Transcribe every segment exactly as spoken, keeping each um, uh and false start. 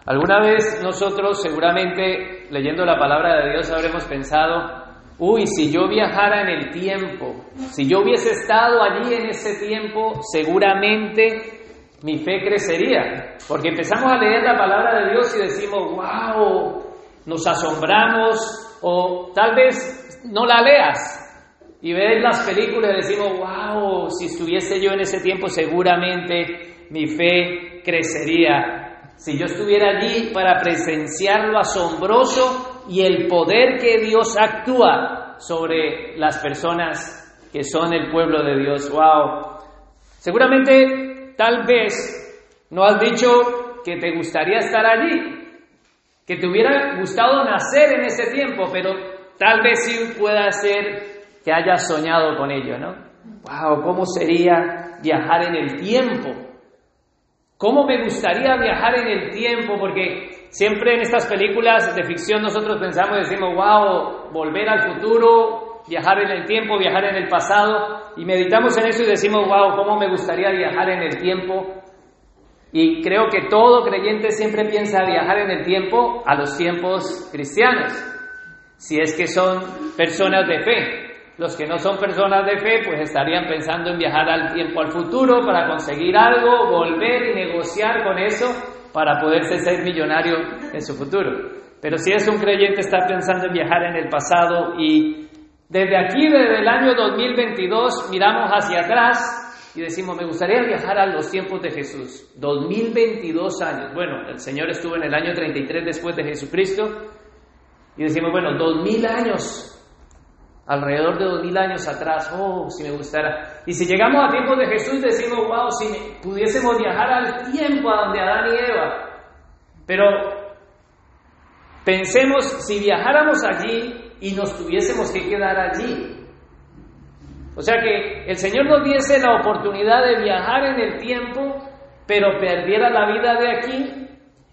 Alguna vez nosotros, seguramente, leyendo la palabra de Dios, habremos pensado, uy, si yo viajara en el tiempo, si yo hubiese estado allí en ese tiempo, seguramente mi fe crecería. Porque empezamos a leer la palabra de Dios y decimos, wow, nos asombramos, o tal vez no la leas y ves las películas y decimos, wow, si estuviese yo en ese tiempo, seguramente mi fe crecería. Si yo estuviera allí para presenciar lo asombroso y el poder que Dios actúa sobre las personas que son el pueblo de Dios. ¡Wow! Seguramente, tal vez, no has dicho que te gustaría estar allí, que te hubiera gustado nacer en ese tiempo, pero tal vez sí pueda ser que hayas soñado con ello, ¿no? ¡Wow! ¿Cómo sería viajar en el tiempo? ¿Cómo me gustaría viajar en el tiempo? Porque siempre en estas películas de ficción nosotros pensamos y decimos, wow, volver al futuro, viajar en el tiempo, viajar en el pasado, y meditamos en eso y decimos, wow, ¿cómo me gustaría viajar en el tiempo? Y creo que todo creyente siempre piensa viajar en el tiempo a los tiempos cristianos, si es que son personas de fe. Los que no son personas de fe, pues estarían pensando en viajar al tiempo al futuro para conseguir algo, volver y negociar con eso para poderse ser millonario en su futuro. Pero si es un creyente, está pensando en viajar en el pasado, y desde aquí, desde el año dos mil veintidós, miramos hacia atrás y decimos, me gustaría viajar a los tiempos de Jesús. dos mil veintidós años. Bueno, el Señor estuvo en el año treinta y tres después de Jesucristo, y decimos, bueno, dos mil años. Alrededor de dos mil años atrás, oh, si me gustara. Y si llegamos a tiempos de Jesús, decimos, wow, si pudiésemos viajar al tiempo a donde Adán y Eva. Pero pensemos, si viajáramos allí y nos tuviésemos que quedar allí. O sea que el Señor nos diese la oportunidad de viajar en el tiempo, pero perdiera la vida de aquí,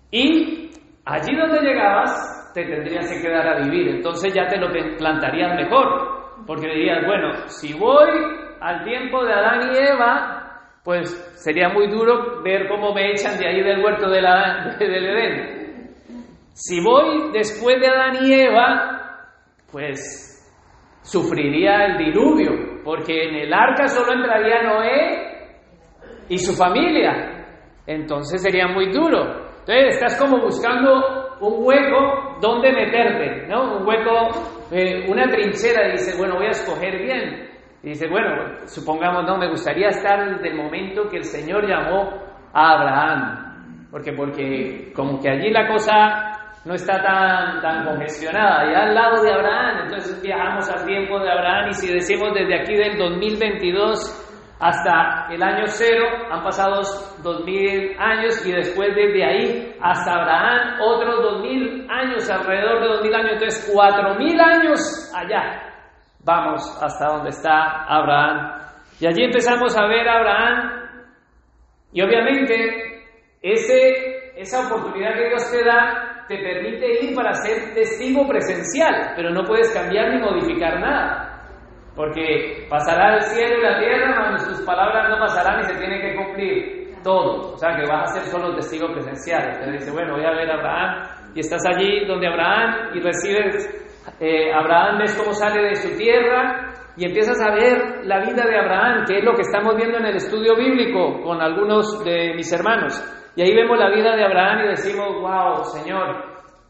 y allí donde llegabas te tendrías que quedar a vivir. Entonces ya te lo plantarías mejor, porque dirías, bueno, si voy al tiempo de Adán y Eva, pues sería muy duro ver cómo me echan de ahí del huerto de la, de, del Edén. Si voy después de Adán y Eva, pues sufriría el diluvio, porque en el arca solo entraría Noé y su familia. Entonces sería muy duro. Entonces estás como buscando un hueco donde meterte, ¿no? Un hueco, eh, una trinchera, y dice, bueno, voy a escoger bien. Y dice, bueno, supongamos, no, me gustaría estar desde el momento que el Señor llamó a Abraham. Porque, porque como que allí la cosa no está tan, tan congestionada, ya al lado de Abraham. Entonces viajamos al tiempo de Abraham, y si decimos desde aquí del dos mil veintidós hasta el año cero, han pasado dos mil años, y después desde ahí hasta Abraham otros dos mil años, alrededor de dos mil años, entonces cuatro mil años allá. Vamos hasta donde está Abraham, y allí empezamos a ver a Abraham, y obviamente ese, esa oportunidad que Dios te da te permite ir para ser testigo presencial, pero no puedes cambiar ni modificar nada. Porque pasará el cielo y la tierra, mas sus palabras no pasarán, y se tiene que cumplir todo. O sea que vas a ser solo testigo presencial. Entonces dice, bueno, voy a ver a Abraham, y estás allí donde Abraham, y recibes, eh, Abraham, ves cómo sale de su tierra, y empiezas a ver la vida de Abraham, que es lo que estamos viendo en el estudio bíblico con algunos de mis hermanos. Y ahí vemos la vida de Abraham y decimos, wow, Señor,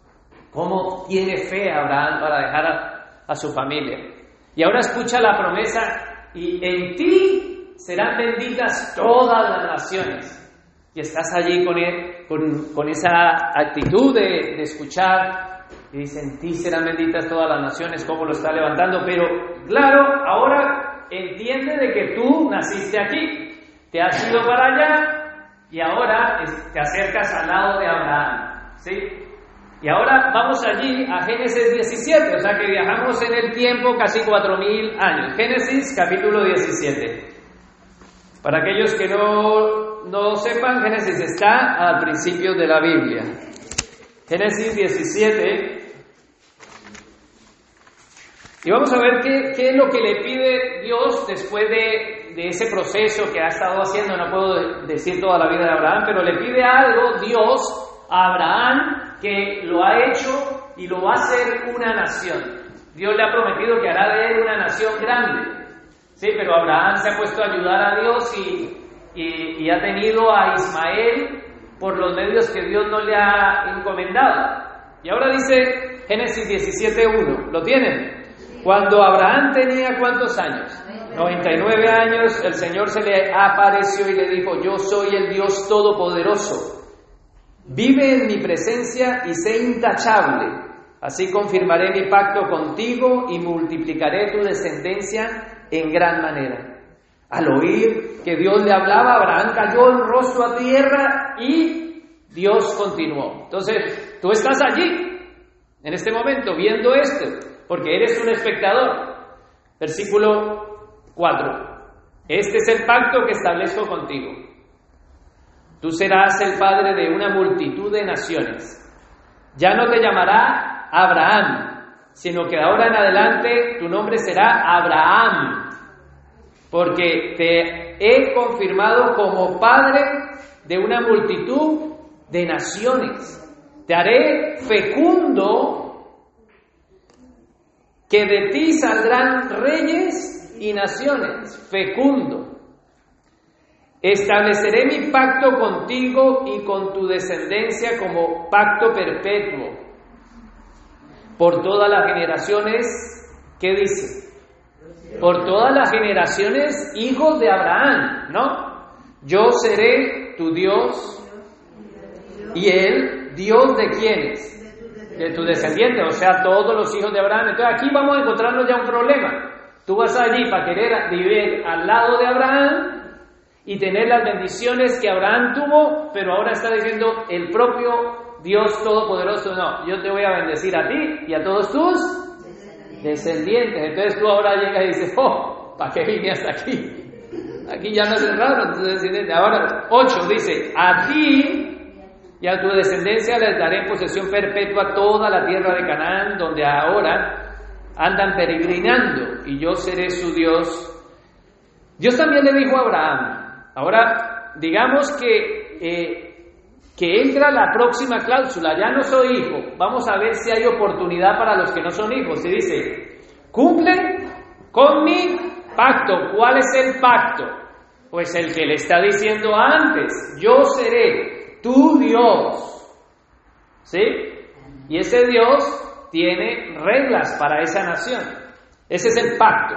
¿cómo tiene fe Abraham para dejar a, a su familia? Y ahora escucha la promesa, y en ti serán benditas todas las naciones. Y estás allí con, él, con, con esa actitud de, de escuchar, y dice, en ti serán benditas todas las naciones, cómo lo está levantando. Pero claro, ahora entiende de que tú naciste aquí, te has ido para allá, y ahora te acercas al lado de Abraham, ¿sí? Y ahora vamos allí a Génesis diecisiete, o sea que viajamos en el tiempo casi cuatro mil años. Génesis capítulo diecisiete. Para aquellos que no, no sepan, Génesis está al principio de la Biblia. Génesis diecisiete. Y vamos a ver qué, qué es lo que le pide Dios después de, de ese proceso que ha estado haciendo. No puedo decir toda la vida de Abraham, pero le pide algo Dios a Abraham que lo ha hecho y lo va a hacer una nación. Dios le ha prometido que hará de él una nación grande. Sí, pero Abraham se ha puesto a ayudar a Dios y, y, y ha tenido a Ismael por los medios que Dios no le ha encomendado. Y ahora dice Génesis diecisiete uno, ¿lo tienen? Cuando Abraham tenía ¿cuántos años? noventa y nueve años, el Señor se le apareció y le dijo: yo soy el Dios Todopoderoso. Vive en mi presencia y sé intachable. Así confirmaré mi pacto contigo y multiplicaré tu descendencia en gran manera. Al oír que Dios le hablaba, Abraham cayó el rostro a tierra y Dios continuó. Entonces, tú estás allí, en este momento, viendo esto, porque eres un espectador. Versículo cuatro. Este es el pacto que establezco contigo. Tú serás el padre de una multitud de naciones. Ya no te llamará Abraham, sino que de ahora en adelante tu nombre será Abraham, porque te he confirmado como padre de una multitud de naciones. Te haré fecundo, que de ti saldrán reyes y naciones. Fecundo. Estableceré mi pacto contigo y con tu descendencia como pacto perpetuo por todas las generaciones. ¿Qué dice? Por todas las generaciones, hijos de Abraham, ¿no? Yo seré tu Dios y él, Dios de quiénes? De tu descendiente, o sea, todos los hijos de Abraham. Entonces aquí vamos a encontrarnos ya un problema. Tú vas allí para querer vivir al lado de Abraham y tener las bendiciones que Abraham tuvo, pero ahora está diciendo el propio Dios Todopoderoso: no, yo te voy a bendecir a ti y a todos tus descendientes. Entonces tú ahora llegas y dices: oh, ¿para qué vine hasta aquí? Aquí ya no es raro, tus descendientes. Ahora, ocho dice: a ti y a tu descendencia les daré en posesión perpetua toda la tierra de Canaán, donde ahora andan peregrinando, y yo seré su Dios. Dios también le dijo a Abraham. Ahora, digamos que, eh, que entra la próxima cláusula: ya no soy hijo, vamos a ver si hay oportunidad para los que no son hijos. Y dice: cumple con mi pacto. ¿Cuál es el pacto? Pues el que le está diciendo antes: yo seré tu Dios. ¿Sí? Y ese Dios tiene reglas para esa nación. Ese es el pacto.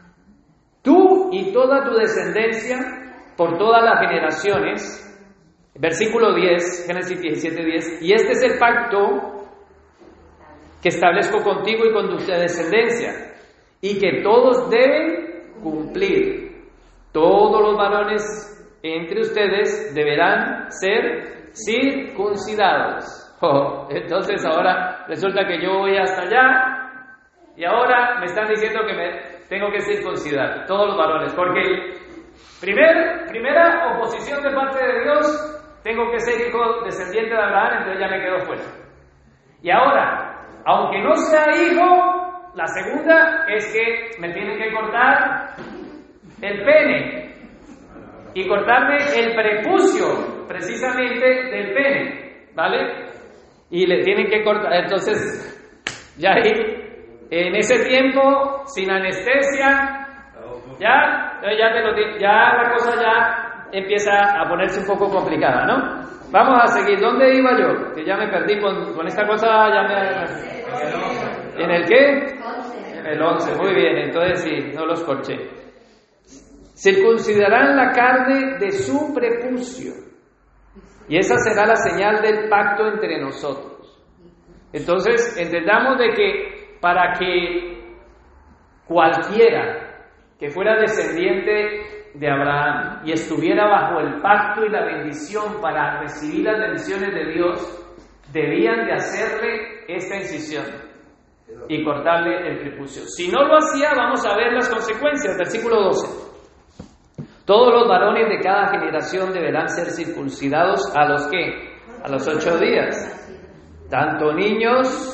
Tú y toda tu descendencia por todas las generaciones. Versículo diez, Génesis diecisiete diez. Y este es el pacto que establezco contigo y con tu descendencia, y que todos deben cumplir. Todos los varones entre ustedes deberán ser circuncidados. Oh, entonces ahora resulta que yo voy hasta allá y ahora me están diciendo que me tengo que circuncidar, todos los varones, porque primer, primera oposición de parte de Dios: tengo que ser hijo descendiente de Abraham, entonces ya me quedo fuera. Y ahora, aunque no sea hijo, la segunda es que me tienen que cortar el pene y cortarme el prepucio, precisamente del pene, ¿vale? Y le tienen que cortar, entonces, ya ahí, en ese tiempo, sin anestesia, ya, ya, te lo, ya la cosa ya empieza a ponerse un poco complicada, ¿no? Vamos a seguir. ¿Dónde iba yo? Que ya me perdí con, con esta cosa, ya me... ¿En el qué? En el once, muy bien, entonces sí, no los corché. Circuncidarán la carne de su prepucio, y esa será la señal del pacto entre nosotros. Entonces, entendamos de que para que cualquiera que fuera descendiente de Abraham y estuviera bajo el pacto y la bendición para recibir las bendiciones de Dios, debían de hacerle esta incisión y cortarle el prepucio. Si no lo hacía, vamos a ver las consecuencias. Versículo doce. Todos los varones de cada generación deberán ser circuncidados a los que, a los ocho días, tanto niños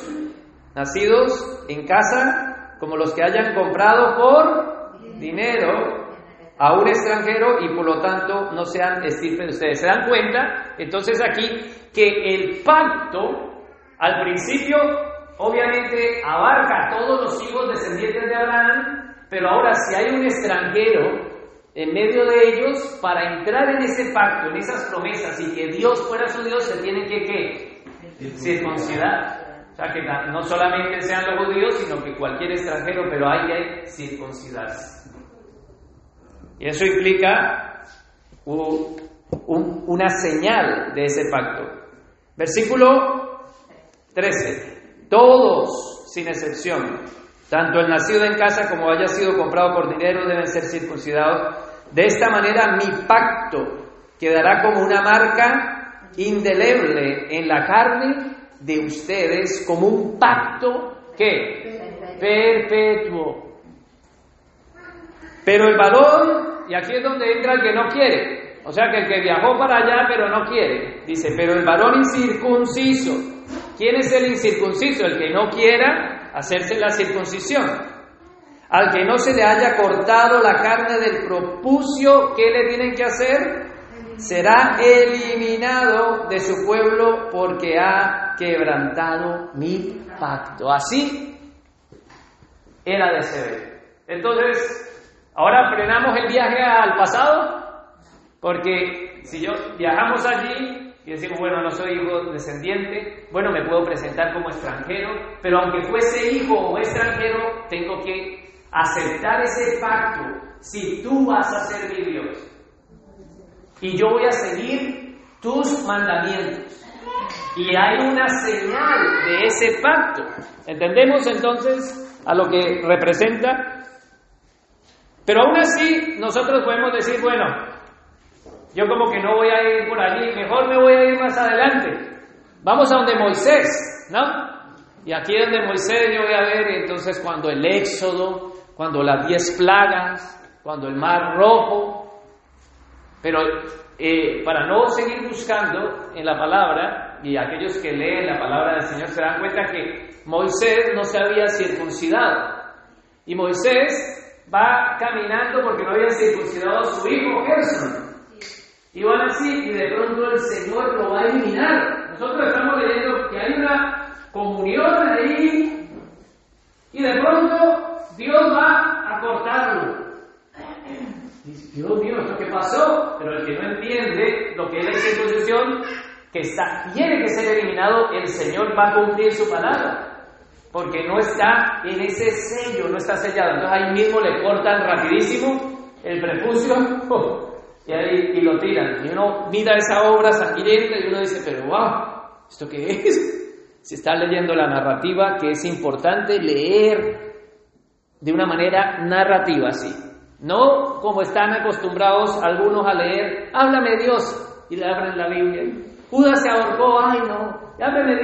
nacidos en casa como los que hayan comprado por dinero a un extranjero y por lo tanto no sean estirpe de ustedes. ¿Se dan cuenta? Entonces aquí que el pacto al principio obviamente abarca a todos los hijos descendientes de Abraham, pero ahora si hay un extranjero en medio de ellos, para entrar en ese pacto, en esas promesas y que Dios fuera su Dios, se tienen que ¿qué? Circuncidar. O sea que no solamente sean los judíos, sino que cualquier extranjero, pero hay que circuncidarse. Y eso implica un, un, una señal de ese pacto. Versículo trece. Todos, sin excepción, tanto el nacido en casa como haya sido comprado por dinero, deben ser circuncidados. De esta manera mi pacto quedará como una marca indeleble en la carne de ustedes, como un pacto ¿qué? Perpetuo. Pero el varón, y aquí es donde entra el que no quiere, o sea que el que viajó para allá pero no quiere, dice, pero el varón incircunciso. ¿Quién es el incircunciso? El que no quiera hacerse la circuncisión. Al que no se le haya cortado la carne del propucio, ¿qué le tienen que hacer? Será eliminado de su pueblo porque ha quebrantado mi pacto. Así era de ser. Entonces, ahora frenamos el viaje al pasado, porque si yo viajamos allí y decimos, bueno, no soy hijo descendiente, bueno, me puedo presentar como extranjero, pero aunque fuese hijo o extranjero, tengo que aceptar ese pacto. Si tú vas a ser mi Dios y yo voy a seguir tus mandamientos, y hay una señal de ese pacto. ¿Entendemos entonces a lo que representa? Pero aún así nosotros podemos decir, bueno, yo como que no voy a ir por allí, mejor me voy a ir más adelante. Vamos a donde Moisés, ¿no? Y aquí donde Moisés yo voy a ver entonces cuando el éxodo, cuando las diez plagas, cuando el mar rojo. Pero eh, para no seguir buscando en la palabra, y aquellos que leen la palabra del Señor se dan cuenta que Moisés no se había circuncidado. Y Moisés va caminando porque no había circuncidado a su hijo Gerson. Y van así, y de pronto el Señor lo va a eliminar. Nosotros estamos leyendo que hay una comunión ahí, y de pronto Dios va a cortarlo. Dice, Dios mío, ¿esto qué pasó? Pero el que no entiende lo que es la circuncisión, que está, tiene que ser eliminado, el Señor va a cumplir su palabra, porque no está en ese sello, no está sellado. Entonces ahí mismo le cortan rapidísimo el prepucio, oh, y, ahí, y lo tiran. Y uno mira esa obra sanguinolenta y uno dice, pero wow, ¿esto qué es? Se está leyendo la narrativa, que es importante leer de una manera narrativa, así. No como están acostumbrados algunos a leer, háblame Dios, y le abren la Biblia. Judas se ahorcó, ay no, háblame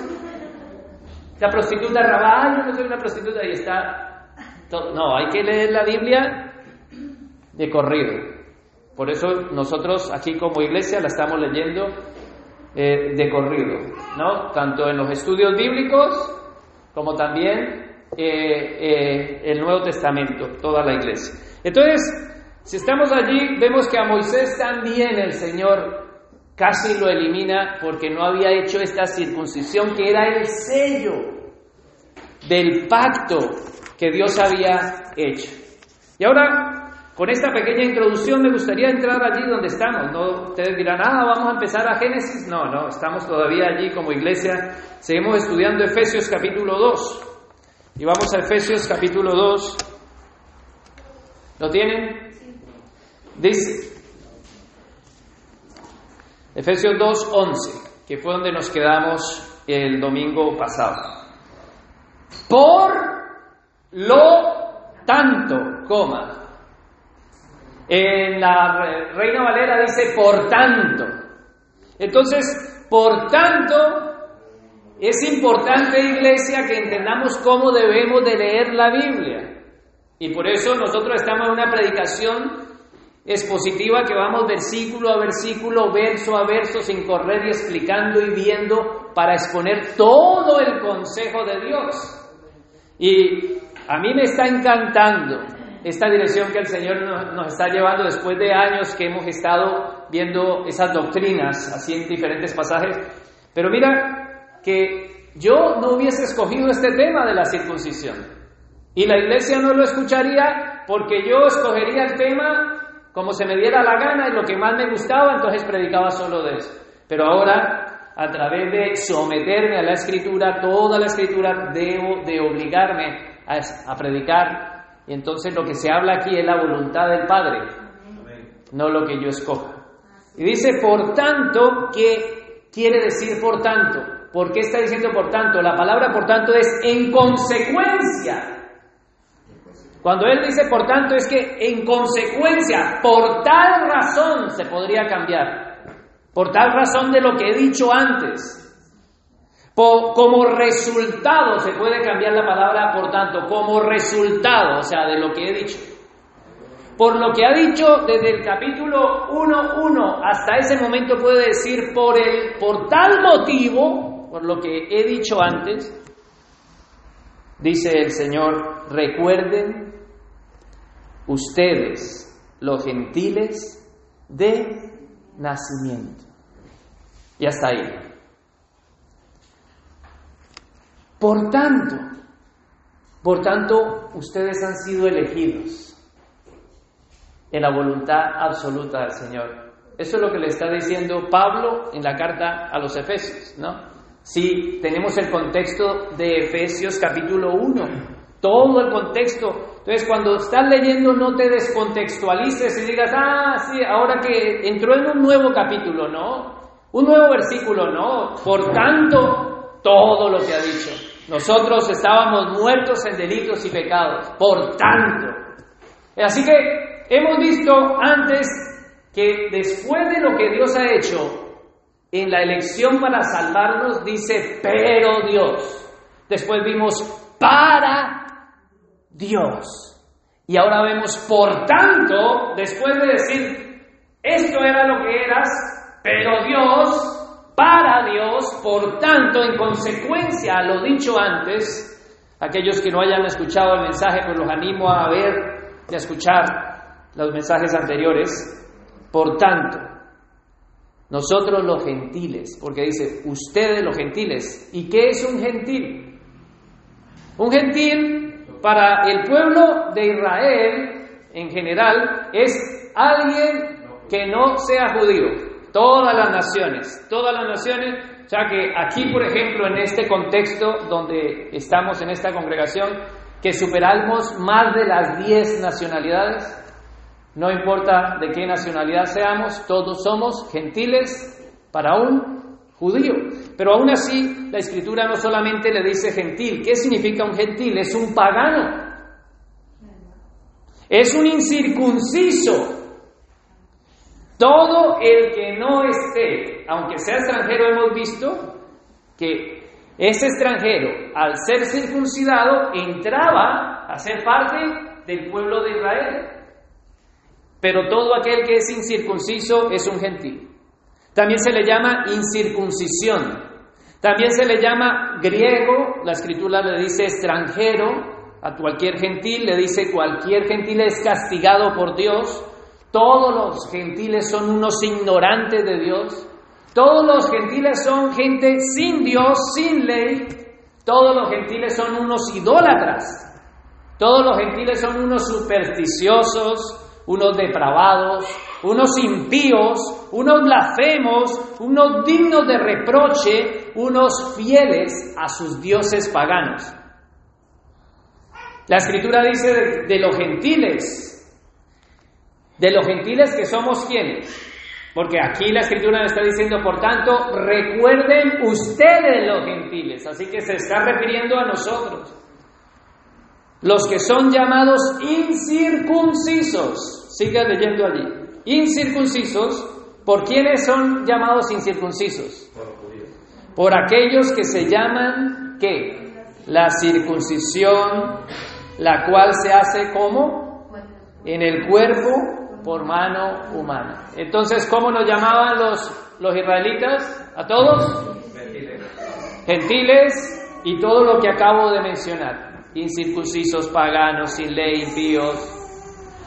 Dios. La prostituta Rabá, ay yo no soy una prostituta, y está todo. No, hay que leer la Biblia de corrido. Por eso nosotros aquí como iglesia la estamos leyendo eh, de corrido, ¿no? Tanto en los estudios bíblicos como también eh, eh, el Nuevo Testamento, toda la iglesia. Entonces, si estamos allí, vemos que a Moisés también el Señor casi lo elimina porque no había hecho esta circuncisión que era el sello del pacto que Dios había hecho. Y ahora, con esta pequeña introducción me gustaría entrar allí donde estamos. ¿No? Ustedes dirán, ah, vamos a empezar a Génesis. No, no, estamos todavía allí como iglesia. Seguimos estudiando Efesios capítulo dos. Y vamos a Efesios capítulo dos. ¿Lo tienen? Dice Efesios dos, once, que fue donde nos quedamos el domingo pasado. Por lo tanto, coma. En la Reina Valera dice por tanto. Entonces, por tanto, es importante, iglesia, que entendamos cómo debemos de leer la Biblia. Y por eso nosotros estamos en una predicación expositiva que vamos versículo a versículo, verso a verso, sin correr y explicando y viendo para exponer todo el consejo de Dios. Y a mí me está encantando esta dirección que el Señor nos, nos está llevando después de años que hemos estado viendo esas doctrinas así en diferentes pasajes. Pero mira que yo no hubiese escogido este tema de la circuncisión y la iglesia no lo escucharía porque yo escogería el tema como se me diera la gana y lo que más me gustaba, entonces predicaba solo de eso. Pero ahora, a través de someterme a la Escritura, toda la Escritura, debo de obligarme a, a predicar. Y entonces lo que se habla aquí es la voluntad del Padre, no lo que yo escoja. Y dice, por tanto, ¿qué quiere decir por tanto? ¿Por qué está diciendo por tanto? La palabra por tanto es en consecuencia. Cuando él dice por tanto es que en consecuencia, por tal razón se podría cambiar. Por tal razón de lo que he dicho antes. Por, como resultado, se puede cambiar la palabra por tanto, como resultado, o sea, de lo que he dicho. Por lo que ha dicho desde el capítulo uno uno hasta ese momento puede decir por, el, por tal motivo, por lo que he dicho antes, dice el Señor, recuerden ustedes, los gentiles, de nacimiento. Y hasta ahí. Por tanto, por tanto, ustedes han sido elegidos en la voluntad absoluta del Señor. Eso es lo que le está diciendo Pablo en la carta a los Efesios, ¿no? Si tenemos el contexto de Efesios capítulo uno, todo el contexto. Entonces, cuando estás leyendo, no te descontextualices y digas, ah, sí, ahora que entró en un nuevo capítulo, ¿no? Un nuevo versículo, ¿no? Por tanto, todo lo que ha dicho. Nosotros estábamos muertos en delitos y pecados. Por tanto. Así que hemos visto antes que después de lo que Dios ha hecho en la elección para salvarnos, dice, pero Dios. Después vimos, para Dios. Y ahora vemos, por tanto, después de decir, esto era lo que eras, pero Dios, para Dios, por tanto, en consecuencia a lo dicho antes, aquellos que no hayan escuchado el mensaje, pues los animo a ver y a escuchar los mensajes anteriores. Por tanto, nosotros los gentiles, porque dice, ustedes los gentiles. ¿Y qué es un gentil? Un gentil para el pueblo de Israel en general es alguien que no sea judío. Todas las naciones, todas las naciones. O sea que aquí, por ejemplo, en este contexto donde estamos en esta congregación, que superamos más de las diez nacionalidades, no importa de qué nacionalidad seamos, todos somos gentiles para un judío. Pero aún así, la Escritura no solamente le dice gentil. ¿Qué significa un gentil? Es un pagano. Es un incircunciso. Todo el que no esté, aunque sea extranjero, hemos visto que ese extranjero, al ser circuncidado, entraba a ser parte del pueblo de Israel. Pero todo aquel que es incircunciso es un gentil. También se le llama incircuncisión. También se le llama griego. La Escritura le dice extranjero a cualquier gentil. Le dice cualquier gentil es castigado por Dios. Todos los gentiles son unos ignorantes de Dios. Todos los gentiles son gente sin Dios, sin ley. Todos los gentiles son unos idólatras. Todos los gentiles son unos supersticiosos, unos depravados, unos impíos, unos blasfemos, unos dignos de reproche, unos fieles a sus dioses paganos. La Escritura dice de, de los gentiles, de los gentiles que somos ¿quiénes? Porque aquí la Escritura nos está diciendo, por tanto, recuerden ustedes los gentiles. Así que se está refiriendo a nosotros. Los que son llamados incircuncisos. Siga leyendo allí. Incircuncisos. ¿Por quiénes son llamados incircuncisos? Por aquellos que se llaman, ¿qué? La circuncisión, la cual se hace ¿cómo? En el cuerpo por mano humana. Entonces, ¿cómo nos llamaban los, los israelitas? ¿A todos? Gentiles. Gentiles y todo lo que acabo de mencionar. Incircuncisos, paganos, sin ley, impíos,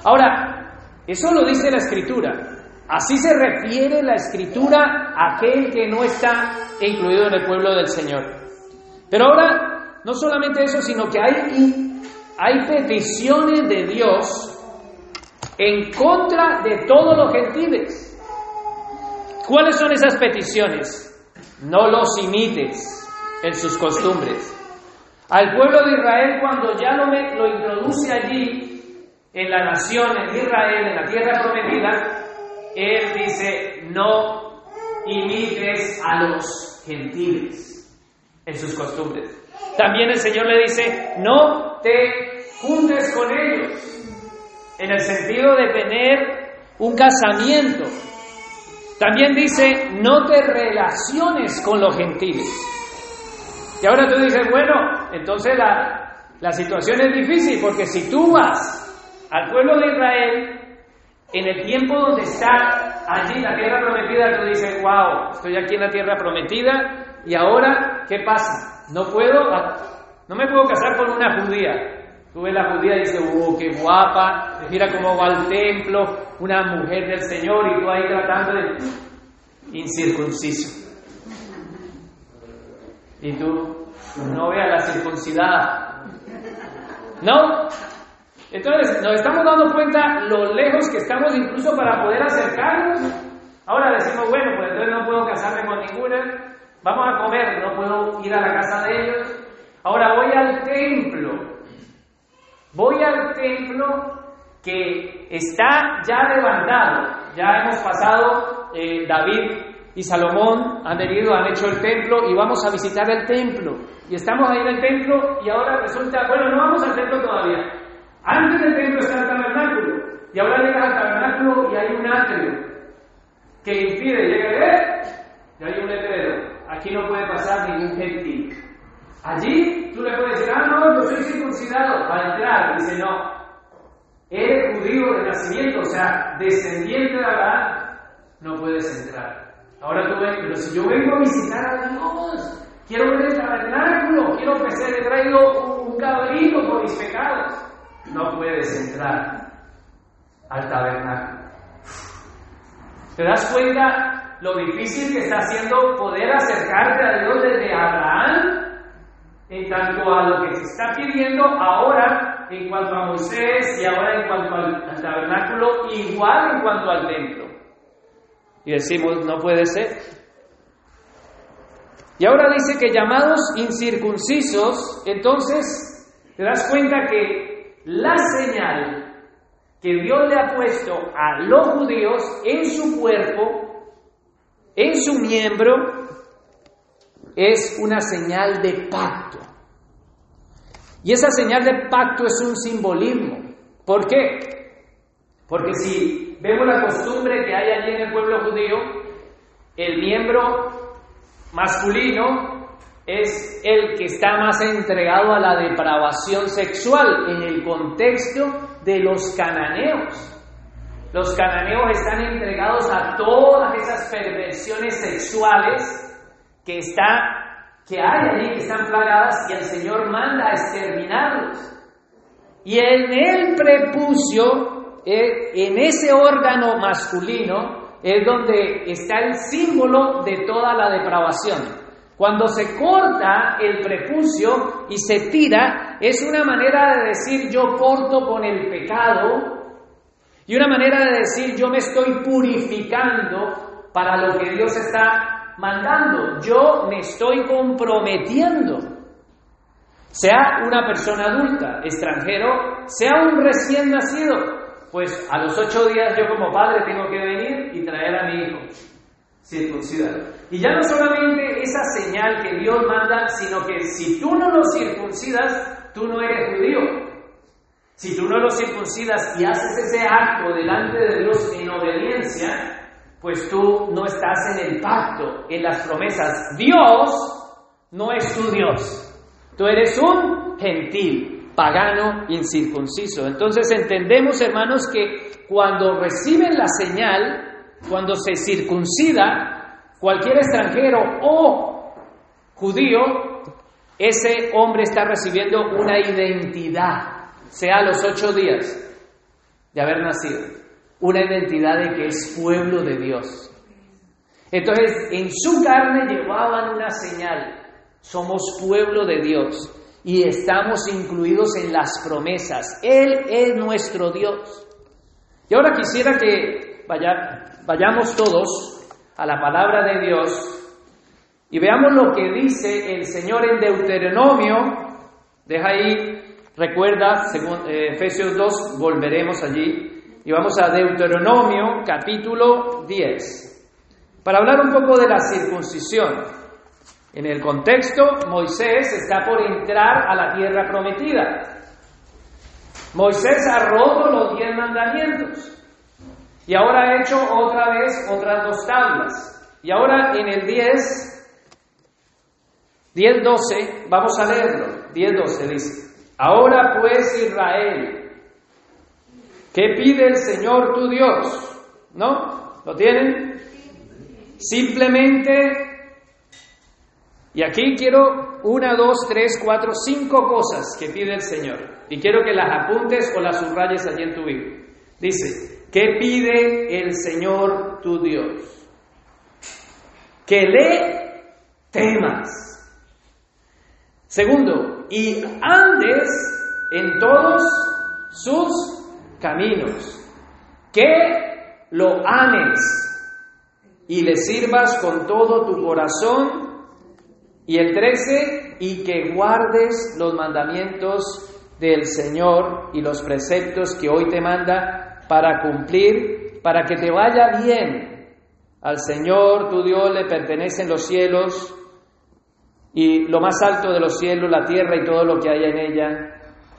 Ahora, eso lo dice la Escritura. Así se refiere la Escritura a aquel que no está incluido en el pueblo del Señor. Pero ahora, no solamente eso, sino que hay, hay peticiones de Dios en contra de todos los gentiles. ¿Cuáles son esas peticiones? No los imites en sus costumbres. Al pueblo de Israel, cuando ya lo, me, lo introduce allí, en la nación, en Israel, en la tierra prometida, Él dice, no imites a los gentiles en sus costumbres. También el Señor le dice, no te juntes con ellos, en el sentido de tener un casamiento. También dice, no te relaciones con los gentiles. Y ahora tú dices, bueno, entonces la, la situación es difícil, porque si tú vas al pueblo de Israel, en el tiempo donde está allí la tierra prometida, tú dices, wow, estoy aquí en la tierra prometida, y ahora, ¿qué pasa? No puedo, no me puedo casar con una judía. Tú ves la judía y dices, uh, qué guapa, mira cómo va al templo, una mujer del Señor, y tú ahí tratando de incircunciso. Y tú, no veas la circuncidada. ¿No? Entonces, nos estamos dando cuenta lo lejos que estamos incluso para poder acercarnos. Ahora decimos, bueno, pues entonces no puedo casarme con ninguna, vamos a comer, no puedo ir a la casa de ellos. Ahora voy al templo. Voy al templo que está ya levantado. Ya hemos pasado, eh, David y Salomón han venido, han hecho el templo y vamos a visitar el templo. Y estamos ahí en el templo y ahora resulta, bueno, no vamos al templo todavía. Antes del templo está el tabernáculo. Y ahora llegas al tabernáculo y hay un atrio que impide, llega a ver, y hay un letrero. Aquí no puede pasar ningún gentil. Allí tú le puedes decir, ah, no, yo soy circuncidado, para entrar. Dice, no, eres judío de nacimiento, o sea, descendiente de Abraham, no puedes entrar. Ahora tú ves, pero si yo vengo a visitar a Dios, quiero ver el tabernáculo, quiero ofrecer, he traído un cabrito por mis pecados, no puedes entrar al tabernáculo. ¿Te das cuenta lo difícil que está haciendo poder acercarte a Dios desde Abraham? En tanto a lo que se está pidiendo ahora en cuanto a Moisés y ahora en cuanto al, al tabernáculo, igual en cuanto al templo. Y decimos, no puede ser. Y ahora dice que llamados incircuncisos, entonces te das cuenta que la señal que Dios le ha puesto a los judíos en su cuerpo, en su miembro, es una señal de pacto. Y esa señal de pacto es un simbolismo. ¿Por qué? Porque si vemos la costumbre que hay allí en el pueblo judío, el miembro masculino es el que está más entregado a la depravación sexual en el contexto de los cananeos. Los cananeos están entregados a todas esas perversiones sexuales que, está, que hay allí, que están plagadas, y el Señor manda a exterminarlos. Y en el prepucio, en ese órgano masculino, es donde está el símbolo de toda la depravación. Cuando se corta el prepucio y se tira, es una manera de decir yo corto con el pecado, y una manera de decir yo me estoy purificando para lo que Dios está mandando. Yo me estoy comprometiendo. Sea una persona adulta, extranjero, sea un recién nacido, pues a los ocho días yo como padre tengo que venir y traer a mi hijo circuncidado. Y ya no solamente esa señal que Dios manda, sino que si tú no lo circuncidas, tú no eres judío. Si tú no lo circuncidas y haces ese acto delante de Dios en obediencia, pues tú no estás en el pacto, en las promesas. Dios no es tu Dios. Tú eres un gentil, pagano, incircunciso. Entonces entendemos, hermanos, que cuando reciben la señal, cuando se circuncida cualquier extranjero o judío, ese hombre está recibiendo una identidad, sea a los ocho días. de haber nacido, una identidad de que es pueblo de Dios. Entonces, en su carne llevaban una señal: somos pueblo de Dios y estamos incluidos en las promesas. Él es nuestro Dios. Y ahora quisiera que vaya, vayamos todos a la palabra de Dios y veamos lo que dice el Señor en Deuteronomio. Deja ahí, recuerda, según eh, Efesios dos, volveremos allí. Y vamos a Deuteronomio capítulo diez, para hablar un poco de la circuncisión. En el contexto, Moisés está por entrar a la tierra prometida. Moisés ha roto los diez mandamientos y ahora ha hecho otra vez otras dos tablas. Y ahora en el diez, diez doce, vamos a leerlo. diez doce dice: ahora pues, Israel, ¿qué pide el Señor tu Dios? ¿No? ¿Lo tienen? Simplemente, y aquí quiero una, dos, tres, cuatro, cinco cosas que pide el Señor. Y quiero que las apuntes o las subrayes allí en tu Biblia. Dice: ¿qué pide el Señor tu Dios? Que le temas. Segundo, y andes en todos sus caminos, que lo ames y le sirvas con todo tu corazón. Y el trece, y que guardes los mandamientos del Señor y los preceptos que hoy te manda para cumplir, para que te vaya bien. Al Señor tu Dios le pertenecen los cielos y lo más alto de los cielos, la tierra y todo lo que hay en ella.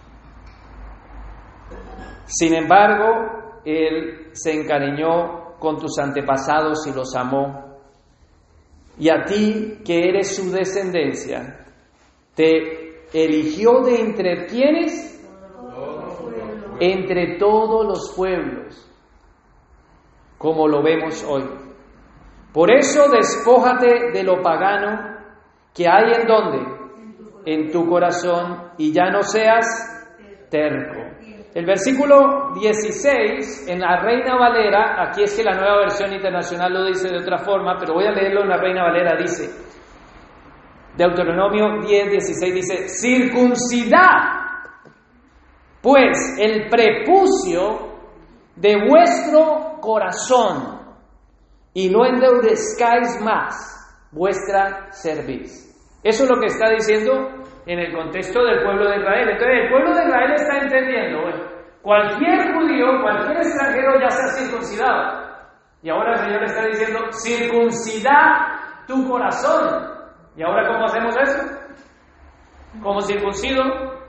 Sin embargo, Él se encariñó con tus antepasados y los amó. Y a ti, que eres su descendencia, te eligió de entre ¿quiénes? Entre todos los pueblos, como lo vemos hoy. Por eso despójate de lo pagano que hay en ¿dónde? En tu corazón, y ya no seas terco. El versículo dieciséis, en la Reina Valera, aquí es que la Nueva Versión Internacional lo dice de otra forma, pero voy a leerlo en la Reina Valera, dice, Deuteronomio diez, dieciséis, dice: circuncidad, pues, el prepucio de vuestro corazón, y no endurezcáis más vuestra cerviz. Eso es lo que está diciendo en el contexto del pueblo de Israel. Entonces el pueblo de Israel está entendiendo, bueno, cualquier judío, cualquier extranjero ya se ha circuncidado. Y ahora el Señor está diciendo: circuncida tu corazón. ¿Y ahora cómo hacemos eso? ¿Cómo circuncido?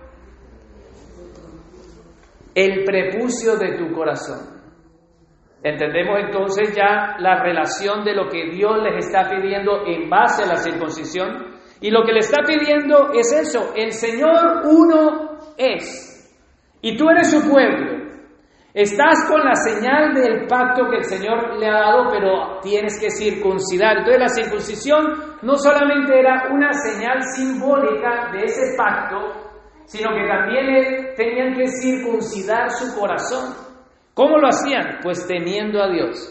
El prepucio de tu corazón. Entendemos entonces ya la relación de lo que Dios les está pidiendo en base a la circuncisión. Y lo que le está pidiendo es eso: el Señor uno es, y tú eres su pueblo. Estás con la señal del pacto que el Señor le ha dado, pero tienes que circuncidar. Entonces la circuncisión no solamente era una señal simbólica de ese pacto, sino que también tenían que circuncidar su corazón. ¿Cómo lo hacían? Pues temiendo a Dios.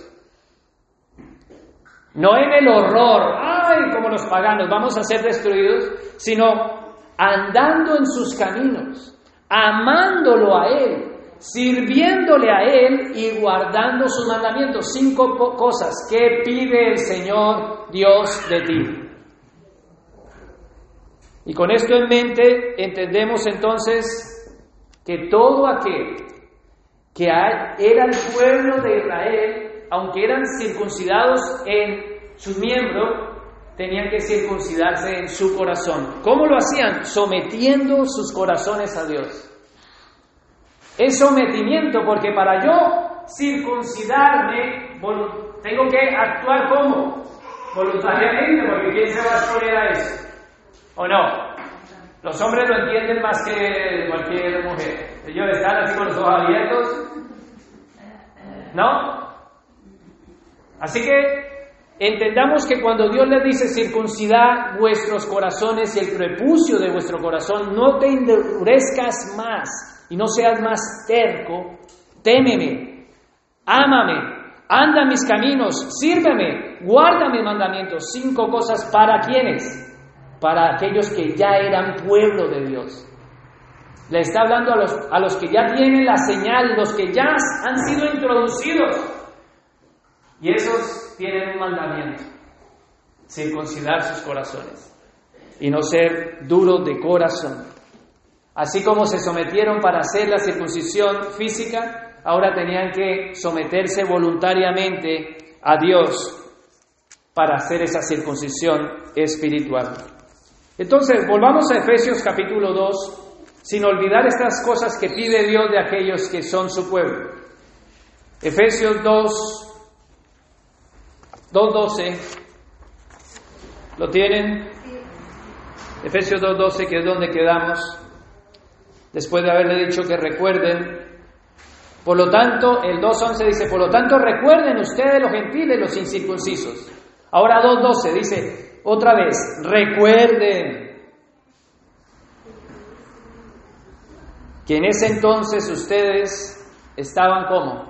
No en el horror, ¡ay!, como los paganos, vamos a ser destruidos, sino andando en sus caminos, amándolo a Él, sirviéndole a Él y guardando sus mandamientos. Cinco cosas que pide el Señor Dios de ti. Y con esto en mente entendemos entonces que todo aquel que era el pueblo de Israel, aunque eran circuncidados en sus miembros, tenían que circuncidarse en su corazón. ¿Cómo lo hacían? Sometiendo sus corazones a Dios. Es sometimiento, porque para yo circuncidarme, tengo que actuar como voluntariamente, porque ¿quién se va a exponer a eso? ¿O no? Los hombres lo entienden más que cualquier mujer. Ellos están así con los ojos abiertos, ¿no? Así que entendamos que cuando Dios les dice circuncidad vuestros corazones y el prepucio de vuestro corazón, no te endurezcas más y no seas más terco, témeme, ámame, anda en mis caminos, sírveme, guarda mis mandamientos. Cinco cosas para quienes, para aquellos que ya eran pueblo de Dios. Le está hablando a los, a los que ya tienen la señal, los que ya han sido introducidos. Y esos tienen un mandamiento: circuncidar sus corazones y no ser duros de corazón. Así como se sometieron para hacer la circuncisión física, ahora tenían que someterse voluntariamente a Dios para hacer esa circuncisión espiritual. Entonces, volvamos a Efesios capítulo dos, sin olvidar estas cosas que pide Dios de aquellos que son su pueblo. Efesios dos, dos doce, ¿lo tienen? Efesios dos doce, que es donde quedamos, después de haberle dicho que recuerden. Por lo tanto, el dos once dice, por lo tanto recuerden ustedes los gentiles, los incircuncisos. Ahora dos doce dice, otra vez, recuerden que en ese entonces ustedes estaban ¿cómo?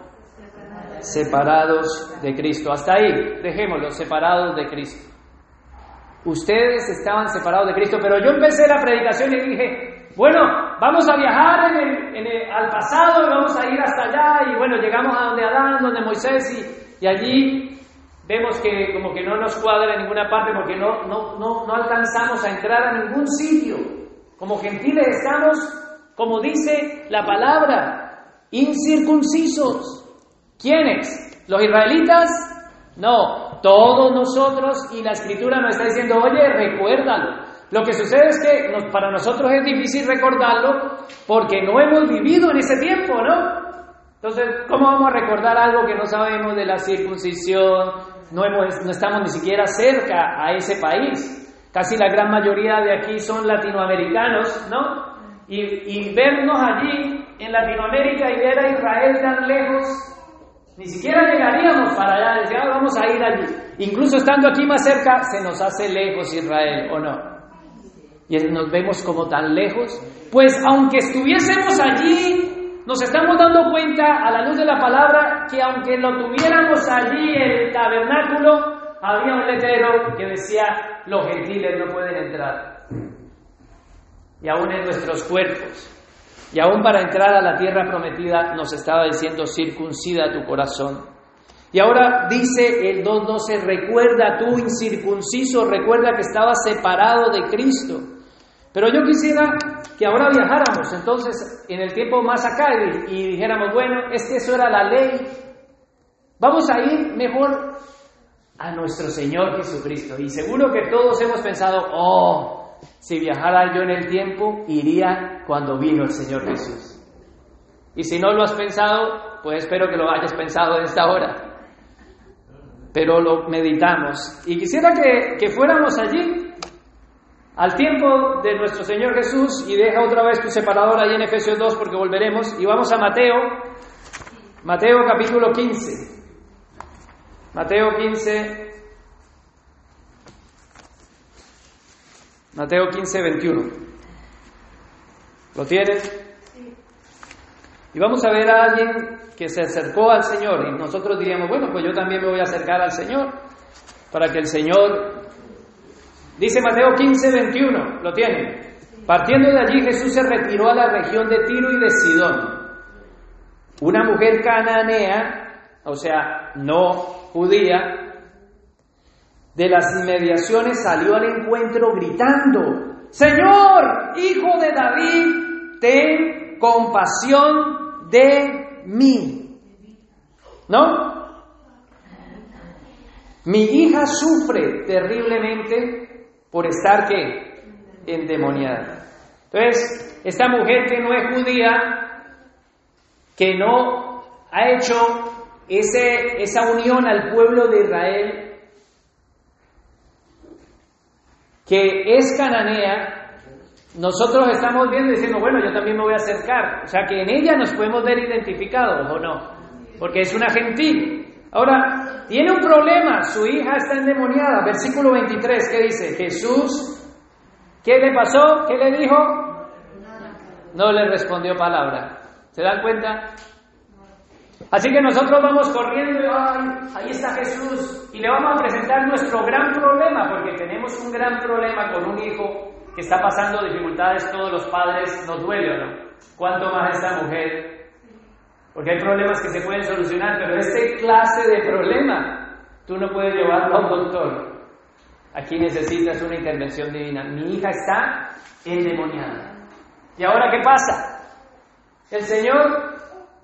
Separados de Cristo. Hasta ahí, dejémoslo, separados de Cristo. Ustedes estaban separados de Cristo, pero yo empecé la predicación y dije, bueno, vamos a viajar en el, en el, al pasado y vamos a ir hasta allá. Y bueno, llegamos a donde Adán, donde Moisés, y, y allí vemos que como que no nos cuadra en ninguna parte porque no, no, no, no alcanzamos a entrar a ningún sitio. Como gentiles estamos, como dice la palabra, incircuncisos. ¿Quiénes? ¿Los israelitas? No, todos nosotros, y la Escritura nos está diciendo, oye, recuérdalo. Lo que sucede es que nos, para nosotros es difícil recordarlo porque no hemos vivido en ese tiempo, ¿no? Entonces, ¿cómo vamos a recordar algo que no sabemos de la circuncisión? No, hemos, no estamos ni siquiera cerca a ese país. Casi la gran mayoría de aquí son latinoamericanos, ¿no? Y, y vernos allí en Latinoamérica y ver a Israel tan lejos, ni siquiera llegaríamos para allá, decir, ah, vamos a ir allí. Incluso estando aquí más cerca, se nos hace lejos Israel, ¿o no? Y nos vemos como tan lejos. Pues aunque estuviésemos allí, nos estamos dando cuenta a la luz de la palabra que aunque lo tuviéramos allí en el tabernáculo, había un letrero que decía, los gentiles no pueden entrar. Y aún en nuestros cuerpos. Y aún para entrar a la tierra prometida nos estaba diciendo, circuncida tu corazón. Y ahora dice el dos doce, recuerda tú incircunciso, recuerda que estabas separado de Cristo. Pero yo quisiera que ahora viajáramos entonces en el tiempo más acá y, y dijéramos, bueno, es que eso era la ley. Vamos a ir mejor a nuestro Señor Jesucristo. Y seguro que todos hemos pensado, oh, si viajara yo en el tiempo, iría cuando vino el Señor Jesús. Y si no lo has pensado, pues espero que lo hayas pensado en esta hora. Pero lo meditamos. Y quisiera que, que fuéramos allí, al tiempo de nuestro Señor Jesús, y deja otra vez tu separador ahí en Efesios dos, porque volveremos, y vamos a Mateo, Mateo capítulo quince. Mateo quince, Mateo quince, veintiuno. ¿Lo tienen? Y vamos a ver a alguien que se acercó al Señor, y nosotros diríamos, bueno, pues yo también me voy a acercar al Señor, para que el Señor... Dice Mateo quince, veintiuno, ¿lo tienen? Partiendo de allí, Jesús se retiró a la región de Tiro y de Sidón. Una mujer cananea, o sea, no judía, de las inmediaciones salió al encuentro gritando, Señor, Hijo de David, ten compasión de mí. ¿No? Mi hija sufre terriblemente por estar, ¿qué? Endemoniada. Entonces, esta mujer que no es judía, que no ha hecho ese, esa unión al pueblo de Israel, que es cananea, nosotros estamos viendo y diciendo, bueno, yo también me voy a acercar. O sea, que en ella nos podemos ver identificados, ¿o no? Porque es una gentil. Ahora, tiene un problema, su hija está endemoniada. Versículo veintitrés, ¿qué dice? Jesús, ¿qué le pasó? ¿Qué le dijo? No le respondió palabra. ¿Se dan cuenta? Así que nosotros vamos corriendo y ¡ay! Ahí está Jesús y le vamos a presentar nuestro gran problema, porque tenemos un gran problema con un hijo que está pasando dificultades. Todos los padres nos duele, ¿o no? ¿Cuánto más esta mujer? Porque hay problemas que se pueden solucionar, pero este clase de problema tú no puedes llevarlo a un doctor. Aquí necesitas una intervención divina. Mi hija está endemoniada. ¿Y ahora qué pasa? El Señor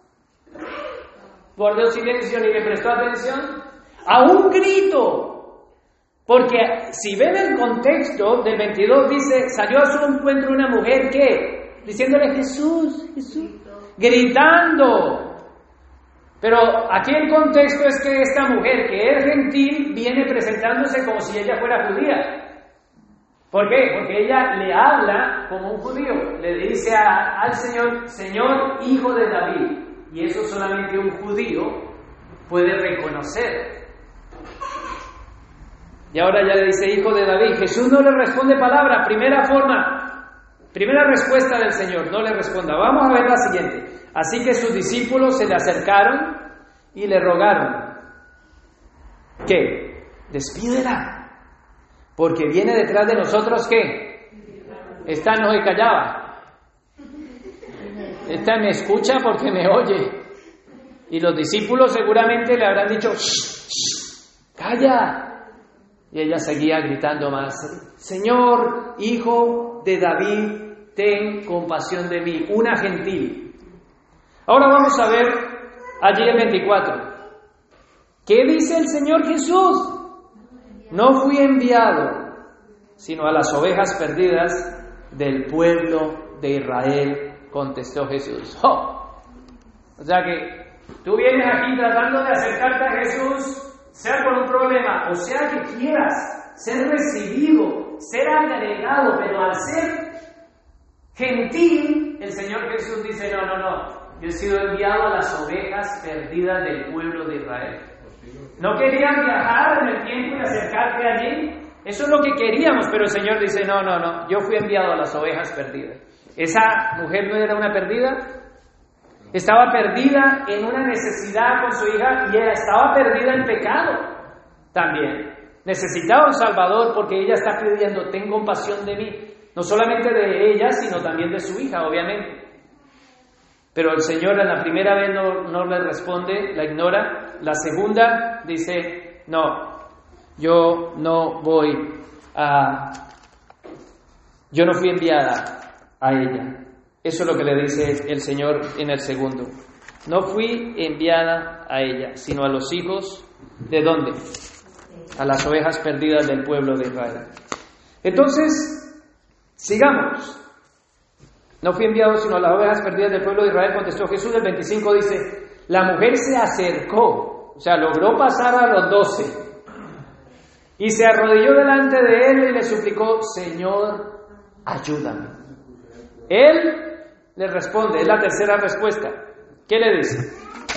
guardó silencio ni le prestó atención a un grito, porque si ven el contexto del veintidós, dice, salió a su encuentro una mujer que, diciéndole Jesús, Jesús, gritando. Pero aquí el contexto es que esta mujer, que es gentil, viene presentándose como si ella fuera judía. ¿Por qué? Porque ella le habla como un judío, le dice a, al Señor, Señor, hijo de David. Y eso solamente un judío puede reconocer. Y ahora ya le dice, hijo de David. Jesús no le responde palabra. Primera forma, primera respuesta del Señor, no le responda. Vamos a ver la siguiente. Así que sus discípulos se le acercaron y le rogaron. ¿Qué? Despídela, porque viene detrás de nosotros, ¿qué? Esta no se callaba. Esta me escucha porque me oye. Y los discípulos seguramente le habrán dicho, ¡shh, shh, calla! Y ella seguía gritando más, Señor, hijo de David, ten compasión de mí. Una gentil. Ahora vamos a ver allí el veinticuatro. ¿Qué dice el Señor Jesús? No fui enviado, sino a las ovejas perdidas del pueblo de Israel, contestó Jesús. ¡Oh! O sea que tú vienes aquí tratando de acercarte a Jesús, sea por un problema, o sea que quieras ser recibido, ser agregado, pero al ser gentil, el Señor Jesús dice, no, no, no, yo he sido enviado a las ovejas perdidas del pueblo de Israel. ¿No querían viajar en el tiempo y acercarte allí? Eso es lo que queríamos, pero el Señor dice, no, no, no, yo fui enviado a las ovejas perdidas. ¿Esa mujer no era una perdida? Estaba perdida en una necesidad con su hija y ella estaba perdida en pecado también. Necesitaba un Salvador porque ella está pidiendo, ten compasión de mí. No solamente de ella, sino también de su hija, obviamente. Pero el Señor en la primera vez no, no le responde, la ignora. La segunda dice, no, yo no voy a... Yo no fui enviada a ella. Eso es lo que le dice el Señor en el segundo. No fui enviada a ella, sino a los hijos, ¿de dónde? A las ovejas perdidas del pueblo de Israel. Entonces, sigamos. No fui enviado, sino a las ovejas perdidas del pueblo de Israel, contestó Jesús. El veinticinco dice, la mujer se acercó, o sea, logró pasar a los doce, y se arrodilló delante de él y le suplicó, Señor, ayúdame. Él le responde, es la tercera respuesta. ¿Qué le dice?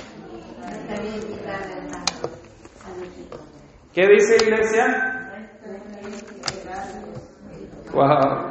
¿Qué dice, iglesia? Wow.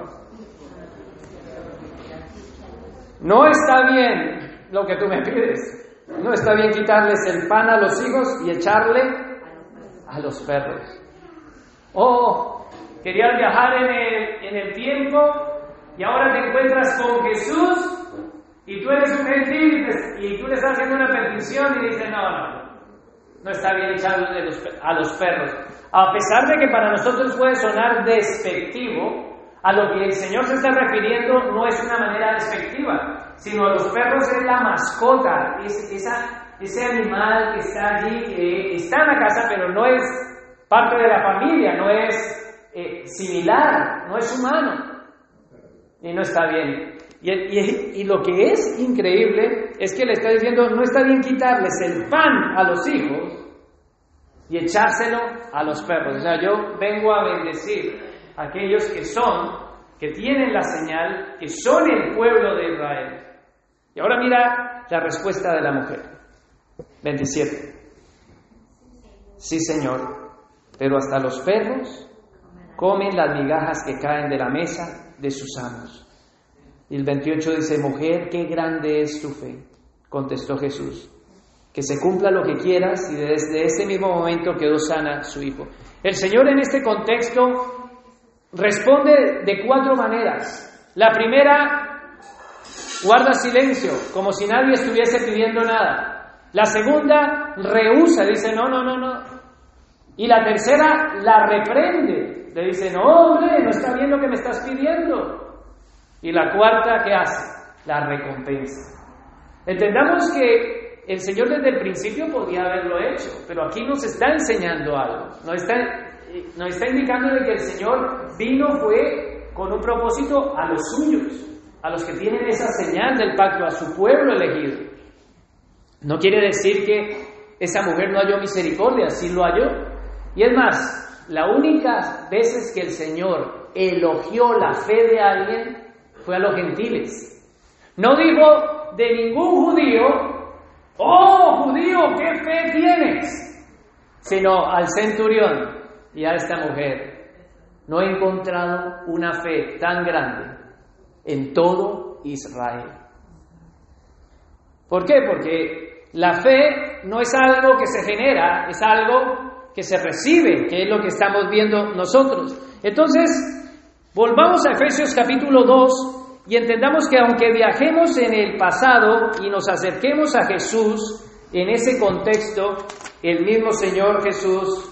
No está bien lo que tú me pides. No está bien quitarles el pan a los hijos y echarle a los perros. Oh, querías viajar en el, en el tiempo y ahora te encuentras con Jesús y tú eres un gentil y, te, y tú le estás haciendo una petición y dices, no, no, no está bien echarle a los, a los perros. A pesar de que para nosotros puede sonar despectivo, a lo que el Señor se está refiriendo no es una manera despectiva, sino a los perros es la mascota, es esa, ese animal que está allí, que está en la casa, pero no es parte de la familia, no es eh, similar, no es humano, y no está bien. Y, y, y lo que es increíble es que le está diciendo, no está bien quitarles el pan a los hijos y echárselo a los perros. O sea, yo vengo a bendecir a aquellos que son, que tienen la señal, que son el pueblo de Israel. Y ahora mira la respuesta de la mujer. veintisiete. Sí, Señor, pero hasta los perros comen las migajas que caen de la mesa de sus amos. Y el veintiocho dice, mujer, qué grande es tu fe, contestó Jesús. que se cumpla lo que quieras, y desde este mismo momento quedó sana su hijo. El Señor en este contexto responde de cuatro maneras. La primera, guarda silencio, como si nadie estuviese pidiendo nada. La segunda, rehúsa, dice no, no, no, no. Y la tercera, la reprende, le dice no, hombre, no está bien lo que me estás pidiendo. Y la cuarta, ¿qué hace? La recompensa. Entendamos que el Señor desde el principio podía haberlo hecho, pero aquí nos está enseñando algo. Nos está, nos está indicando de que el Señor vino fue con un propósito a los suyos, a los que tienen esa señal del pacto, a su pueblo elegido. No quiere decir que esa mujer no halló misericordia, sí lo halló. Y es más, la única veces que el Señor elogió la fe de alguien fue a los gentiles. No dijo de ningún judío, ¡oh, judío, qué fe tienes! Sino al centurión y a esta mujer. No he encontrado una fe tan grande en todo Israel. ¿Por qué? Porque la fe no es algo que se genera, es algo que se recibe, que es lo que estamos viendo nosotros. Entonces, volvamos a Efesios capítulo dos y entendamos que aunque viajemos en el pasado y nos acerquemos a Jesús, en ese contexto, el mismo Señor Jesús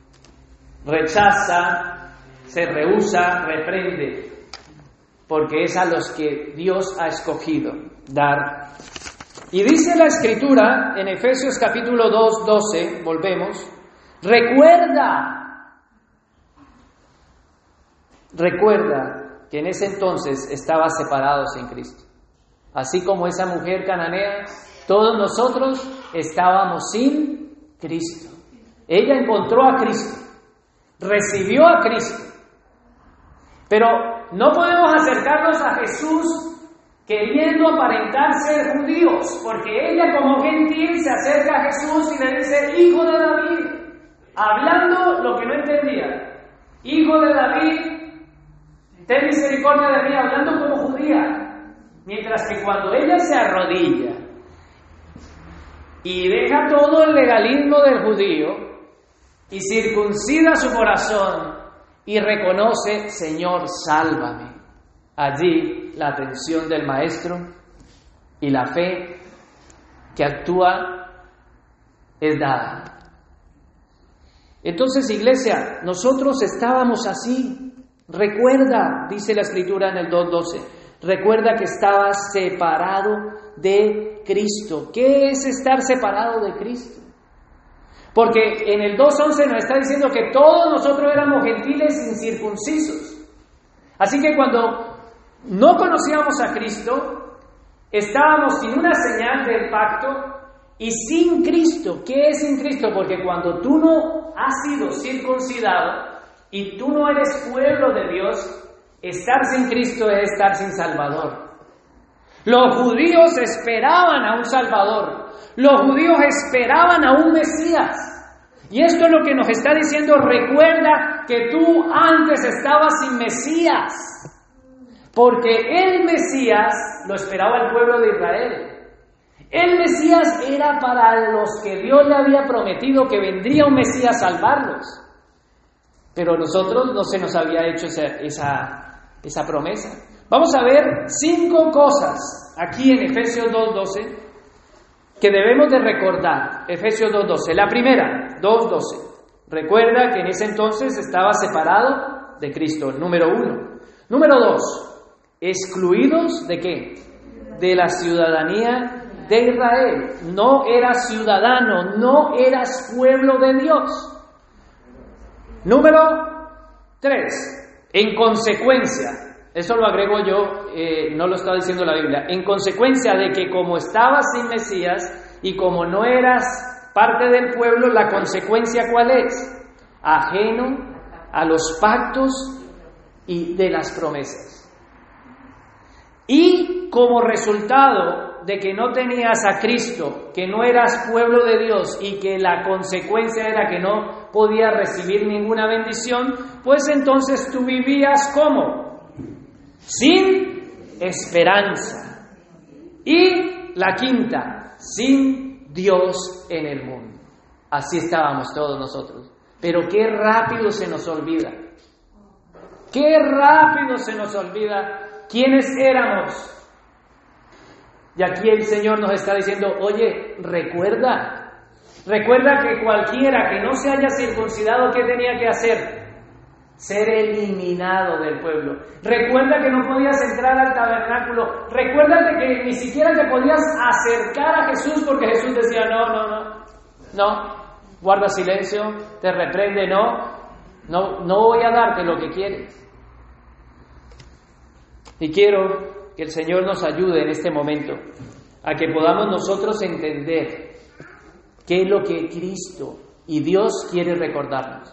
rechaza, se rehúsa, reprende, porque es a los que Dios ha escogido dar. Y dice la Escritura en Efesios capítulo dos, doce, volvemos, recuerda, recuerda que en ese entonces estaba separados en Cristo. Así como esa mujer cananea, todos nosotros estábamos sin Cristo. Ella encontró a Cristo, recibió a Cristo, pero no podemos acercarnos a Jesús queriendo aparentar ser judíos, porque ella como gentil se acerca a Jesús y le dice, hijo de David, hablando lo que no entendía, hijo de David, ten misericordia de mí, hablando como judía. Mientras que cuando ella se arrodilla y deja todo el legalismo del judío y circuncida su corazón y reconoce, Señor, sálvame, allí la atención del maestro y la fe que actúa es dada. Entonces, iglesia, nosotros estábamos así. Recuerda, dice la Escritura en el dos doce, recuerda que estabas separado de Cristo. ¿Qué es estar separado de Cristo? Porque en el dos once nos está diciendo que todos nosotros éramos gentiles incircuncisos. Así que cuando no conocíamos a Cristo, estábamos sin una señal del pacto y sin Cristo. ¿Qué es sin Cristo? Porque cuando tú no has sido circuncidado y tú no eres pueblo de Dios, estar sin Cristo es estar sin Salvador. Los judíos esperaban a un Salvador. Los judíos esperaban a un Mesías. Y esto es lo que nos está diciendo, recuerda que tú antes estabas sin Mesías. Porque el Mesías lo esperaba el pueblo de Israel. El Mesías era para los que Dios le había prometido que vendría un Mesías a salvarlos. Pero a nosotros no se nos había hecho esa, esa, esa promesa. Vamos a ver cinco cosas aquí en Efesios dos doce que debemos de recordar. Efesios dos doce. La primera, dos doce. Recuerda que en ese entonces estaba separado de Cristo, número uno. Número dos, excluidos ¿de qué? De la ciudadanía de Israel. No eras ciudadano, no eras pueblo de Dios. Número tres, en consecuencia, eso lo agrego yo, eh, no lo estaba diciendo la Biblia, en consecuencia de que como estabas sin Mesías y como no eras parte del pueblo, la consecuencia ¿cuál es? Ajeno a los pactos y de las promesas. Y como resultado de que no tenías a Cristo, que no eras pueblo de Dios y que la consecuencia era que no podías recibir ninguna bendición, pues entonces tú vivías ¿cómo? Sin esperanza. Y la quinta, sin Dios en el mundo. Así estábamos todos nosotros. Pero qué rápido se nos olvida. Qué rápido se nos olvida quiénes éramos. Y aquí el Señor nos está diciendo, oye, recuerda, recuerda que cualquiera que no se haya circuncidado, ¿qué tenía que hacer? Ser eliminado del pueblo. Recuerda que no podías entrar al tabernáculo. Recuérdate que ni siquiera te podías acercar a Jesús porque Jesús decía, no, no, no, no, guarda silencio, te reprende, no, no, no voy a darte lo que quieres. Y quiero que el Señor nos ayude en este momento a que podamos nosotros entender qué es lo que Cristo y Dios quiere recordarnos.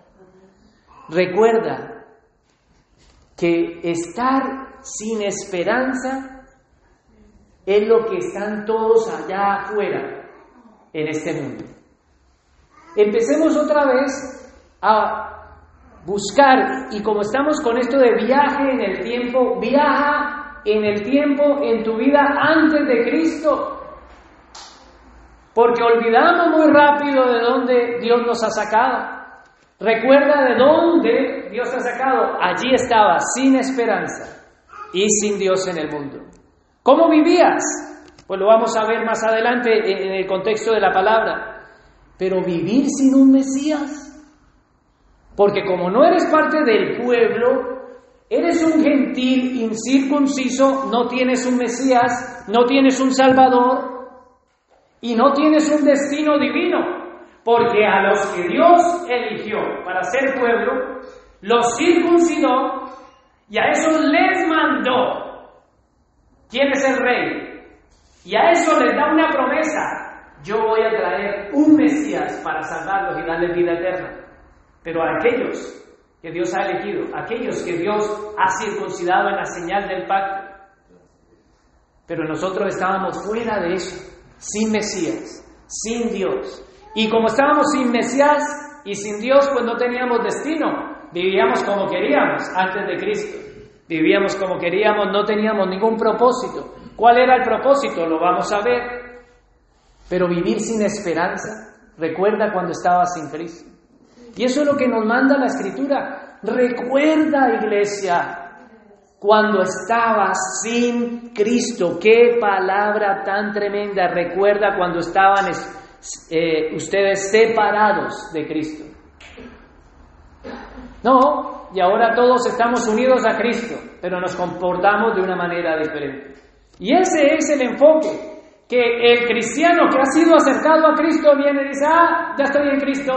Recuerda que estar sin esperanza es lo que están todos allá afuera en este mundo. Empecemos otra vez a buscar, y como estamos con esto de viaje en el tiempo, viaja en el tiempo en tu vida antes de Cristo, porque olvidamos muy rápido de dónde Dios nos ha sacado. Recuerda de dónde Dios te ha sacado. Allí estabas sin esperanza y sin Dios en el mundo. ¿Cómo vivías? Pues lo vamos a ver más adelante en el contexto de la palabra. Pero vivir sin un Mesías, porque como no eres parte del pueblo, eres un gentil incircunciso, no tienes un Mesías, no tienes un Salvador y no tienes un destino divino. Porque a los que Dios eligió para ser pueblo, los circuncidó y a esos les mandó. ¿Quién es el rey? Y a eso les da una promesa. Yo voy a traer un Mesías para salvarlos y darles vida eterna. Pero a aquellos que Dios ha elegido, aquellos que Dios ha circuncidado en la señal del pacto. Pero nosotros estábamos fuera de eso, sin Mesías, sin Dios. Y como estábamos sin Mesías y sin Dios, pues no teníamos destino. Vivíamos como queríamos antes de Cristo. Vivíamos como queríamos, no teníamos ningún propósito. ¿Cuál era el propósito? Lo vamos a ver. Pero vivir sin esperanza, recuerda cuando estabas sin Cristo. Y eso es lo que nos manda la Escritura. Recuerda, iglesia, cuando estabas sin Cristo. Qué palabra tan tremenda. Recuerda cuando estaban Eh, ustedes separados de Cristo. No, y ahora todos estamos unidos a Cristo, pero nos comportamos de una manera diferente. Y ese es el enfoque, que el cristiano que ha sido acercado a Cristo viene y dice, ah, ya estoy en Cristo.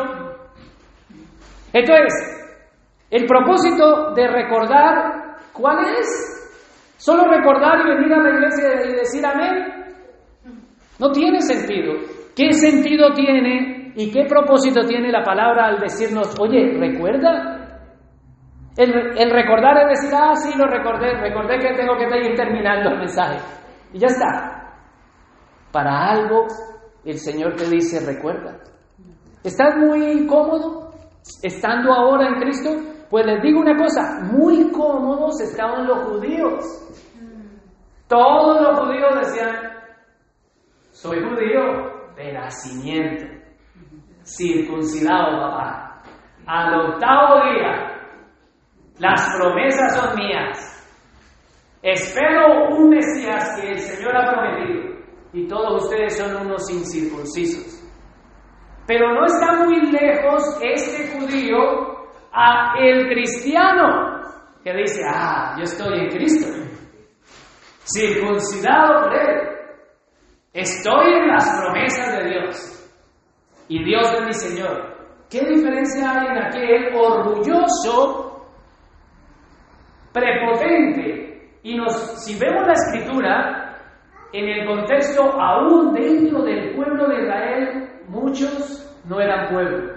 Entonces, el propósito de recordar, ¿cuál es? ¿Solo recordar y venir a la iglesia y decir amén? No tiene sentido. ¿Qué sentido tiene y qué propósito tiene la palabra al decirnos, oye, recuerda? El, el recordar es decir, ah, sí, lo recordé, recordé que tengo que ir terminando el mensaje. Y ya está. Para algo, el Señor te dice, recuerda. ¿Estás muy cómodo estando ahora en Cristo? Pues les digo una cosa, muy cómodos estaban los judíos. Todos los judíos decían, soy judío de nacimiento, circuncidado, papá. Al octavo día, las promesas son mías. Espero un Mesías que el Señor ha prometido, y todos ustedes son unos incircuncisos. Pero no está muy lejos este judío a el cristiano que dice, ah, yo estoy en Cristo, circuncidado por Él. Estoy en las promesas de Dios. Y Dios es mi Señor. ¿Qué diferencia hay en aquel orgulloso, prepotente? Y nos, si vemos la Escritura, en el contexto aún dentro del pueblo de Israel, muchos no eran pueblo.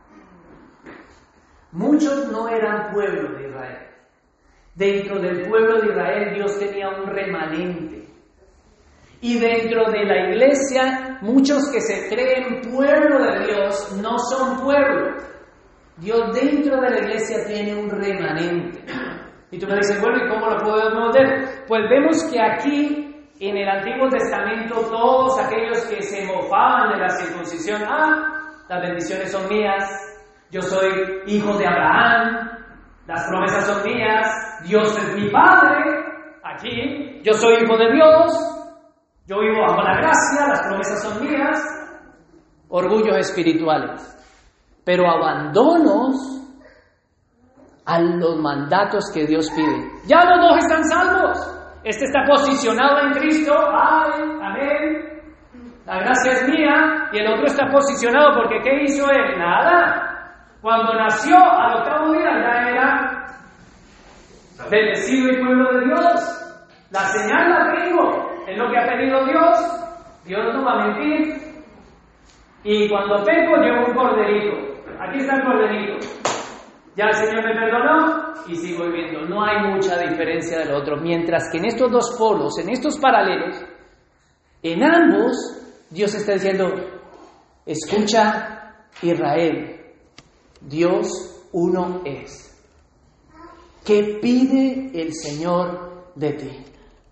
Muchos no eran pueblo de Israel. Dentro del pueblo de Israel Dios tenía un remanente. Y dentro de la iglesia, muchos que se creen pueblo de Dios no son pueblo. Dios dentro de la iglesia tiene un remanente. Y tú me dices, bueno, ¿y cómo lo podemos ver? Pues vemos que aquí en el Antiguo Testamento todos aquellos que se mofaban de la circuncisión, ah, las bendiciones son mías, yo soy hijo de Abraham, las promesas son mías, Dios es mi Padre, aquí, yo soy hijo de Dios, yo vivo bajo la gracia, las promesas son mías, orgullos espirituales, pero abandonos a los mandatos que Dios pide. Ya los dos están salvos. Este está posicionado en Cristo, ay, amén, la gracia es mía, y el otro está posicionado porque ¿qué hizo él? Nada. Cuando nació al octavo día ya era bendecido y pueblo de Dios. La señal la tengo, es lo que ha pedido Dios. Dios no va a mentir. Y cuando peco llevo un corderito. Aquí está el corderito. Ya el Señor me perdonó y sigo viviendo. No hay mucha diferencia del otro. Mientras que en estos dos polos, en estos paralelos, en ambos, Dios está diciendo, escucha Israel, Dios uno es. ¿Qué pide el Señor de ti?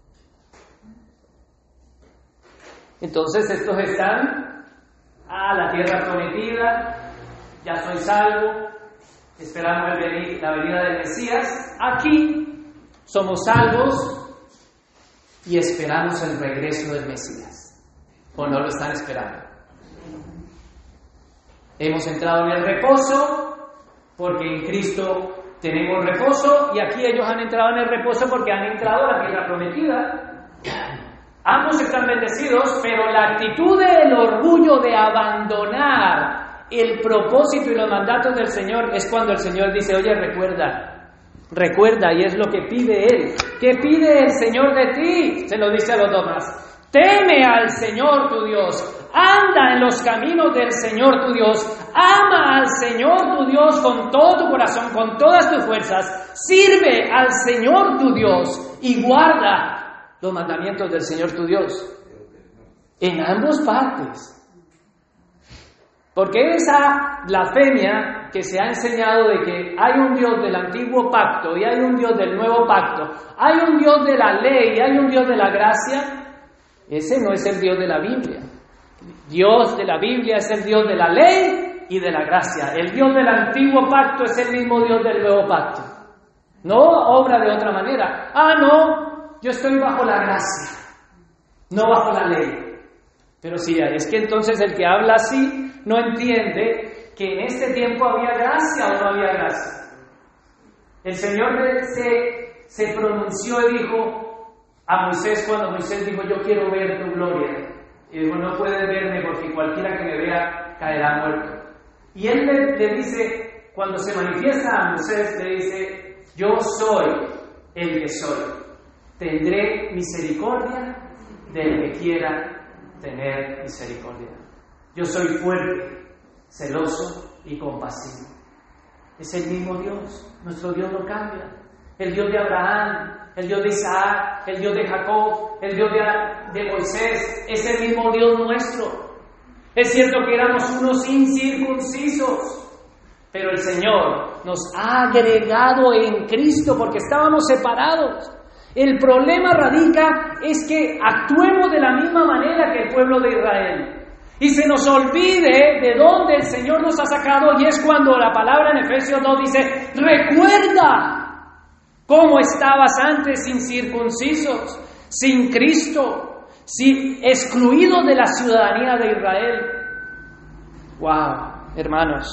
Entonces estos están a la tierra prometida, ya soy salvo, esperamos el venir, la venida del Mesías. Aquí somos salvos y esperamos el regreso del Mesías. ¿O no lo están esperando? Hemos entrado en el reposo porque en Cristo tenemos reposo, y aquí ellos han entrado en el reposo porque han entrado a la tierra prometida. Ambos están bendecidos, pero la actitud del orgullo de abandonar el propósito y los mandatos del Señor es cuando el Señor dice, oye, recuerda, recuerda, y es lo que pide Él. ¿Qué pide el Señor de ti? Se lo dice a los demás. Teme al Señor tu Dios, anda en los caminos del Señor tu Dios, ama al Señor tu Dios con todo tu corazón, con todas tus fuerzas, sirve al Señor tu Dios y guarda los mandamientos del Señor tu Dios. En ambas partes. Porque esa blasfemia que se ha enseñado de que hay un Dios del antiguo pacto y hay un Dios del nuevo pacto, hay un Dios de la ley y hay un Dios de la gracia, ese no es el Dios de la Biblia. Dios de la Biblia es el Dios de la ley y de la gracia. El Dios del antiguo pacto es el mismo Dios del nuevo pacto. No obra de otra manera. Ah, no, yo estoy bajo la gracia, no bajo la ley. Pero sí, es que entonces el que habla así no entiende que en este tiempo había gracia o no había gracia. El Señor se, se pronunció y dijo a Moisés cuando Moisés dijo, yo quiero ver tu gloria. Y dijo, no puedes verme porque cualquiera que me vea caerá muerto. Y él le, le dice, cuando se manifiesta a Moisés, le dice, yo soy el que soy. Tendré misericordia del que quiera tener misericordia. Yo soy fuerte, celoso y compasivo. Es el mismo Dios. Nuestro Dios no cambia. El Dios de Abraham, el Dios de Isaac, el Dios de Jacob, el Dios de, de Moisés, es el mismo Dios nuestro. Es cierto que éramos unos incircuncisos, pero el Señor nos ha agregado en Cristo porque estábamos separados. El problema radica es que actuemos de la misma manera que el pueblo de Israel y se nos olvide de dónde el Señor nos ha sacado, y es cuando la palabra en Efesios dos dice, recuerda cómo estabas antes incircuncisos, sin Cristo, sin, excluidos de la ciudadanía de Israel. Wow, hermanos,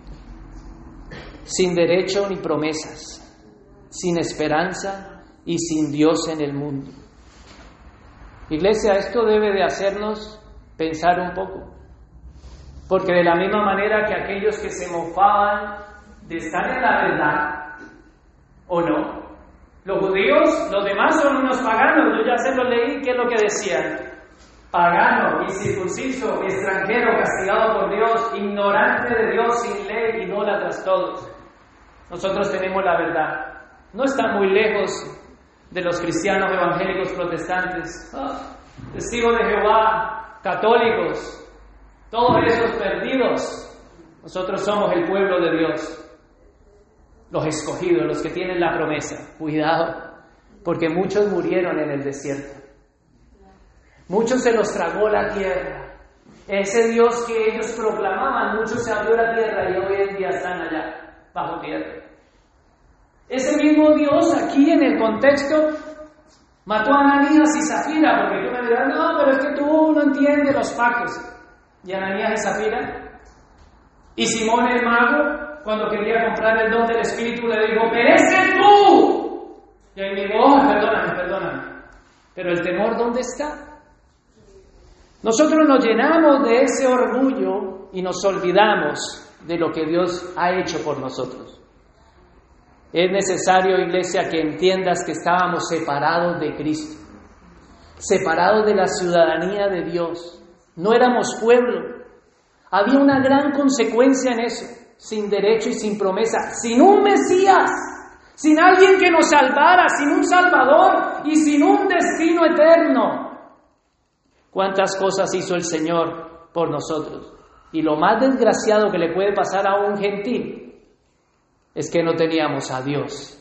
sin derecho ni promesas, sin esperanza y sin Dios en el mundo. Iglesia, esto debe de hacernos pensar un poco, porque de la misma manera que aquellos que se mofaban de estar en la verdad, ¿o no? Los judíos, los demás son unos paganos, yo ya se lo leí, ¿qué es lo que decían? Pagano, incircunciso, extranjero, castigado por Dios, ignorante de Dios, sin ley, idólatras todos. Nosotros tenemos la verdad. No están muy lejos de los cristianos evangélicos protestantes, oh, testigos de Jehová, católicos, todos esos perdidos. Nosotros somos el pueblo de Dios, los escogidos, los que tienen la promesa. Cuidado, porque muchos murieron en el desierto. Muchos se los tragó la tierra. Ese Dios que ellos proclamaban, muchos se abrió la tierra y hoy en día están allá, bajo tierra. Ese mismo Dios aquí en el contexto mató a Ananías y Zafira, porque tú me dirás, no, pero es que tú no entiendes los pactos. Y Ananías y Zafira. Y Simón el mago, cuando quería comprar el don del Espíritu, le dijo, ¡perece tú! Y ahí dijo, oh, perdóname, perdóname. Pero el temor, ¿dónde está? Nosotros nos llenamos de ese orgullo y nos olvidamos de lo que Dios ha hecho por nosotros. Es necesario, iglesia, que entiendas que estábamos separados de Cristo, separados de la ciudadanía de Dios. No éramos pueblo. Había una gran consecuencia en eso, sin derecho y sin promesa, sin un Mesías, sin alguien que nos salvara, sin un Salvador y sin un destino eterno. ¿Cuántas cosas hizo el Señor por nosotros? Y lo más desgraciado que le puede pasar a un gentil es que no teníamos a Dios.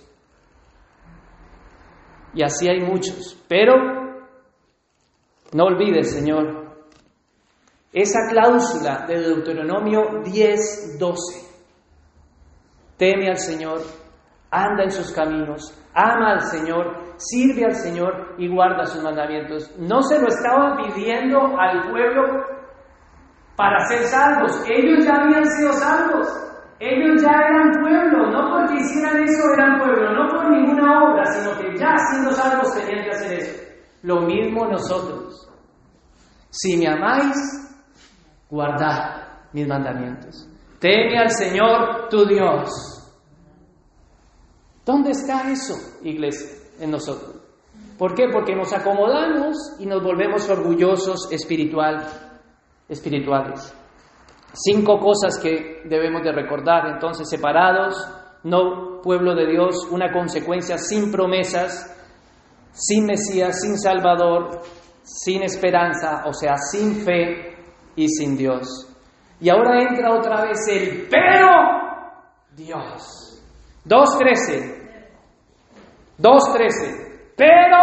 Y así hay muchos. Pero no olvides, Señor, esa cláusula de Deuteronomio diez doce. Teme al Señor, anda en sus caminos, ama al Señor, sirve al Señor y guarda sus mandamientos. No se lo estaba pidiendo al pueblo para ser salvos. Ellos ya habían sido salvos. Ellos ya eran pueblo. No porque hicieran eso eran pueblo. No por ninguna obra, sino que ya siendo salvos tenían que hacer eso. Lo mismo nosotros. Si me amáis, guardad mis mandamientos. Teme al Señor tu Dios. ¿Dónde está eso, iglesia, en nosotros? ¿Por qué? Porque nos acomodamos y nos volvemos orgullosos espiritual, espirituales. Cinco cosas que debemos de recordar. Entonces, separados, no pueblo de Dios, una consecuencia sin promesas, sin Mesías, sin Salvador, sin esperanza, o sea, sin fe y sin Dios. Y ahora entra otra vez el pero Dios. dos trece. dos trece. Pero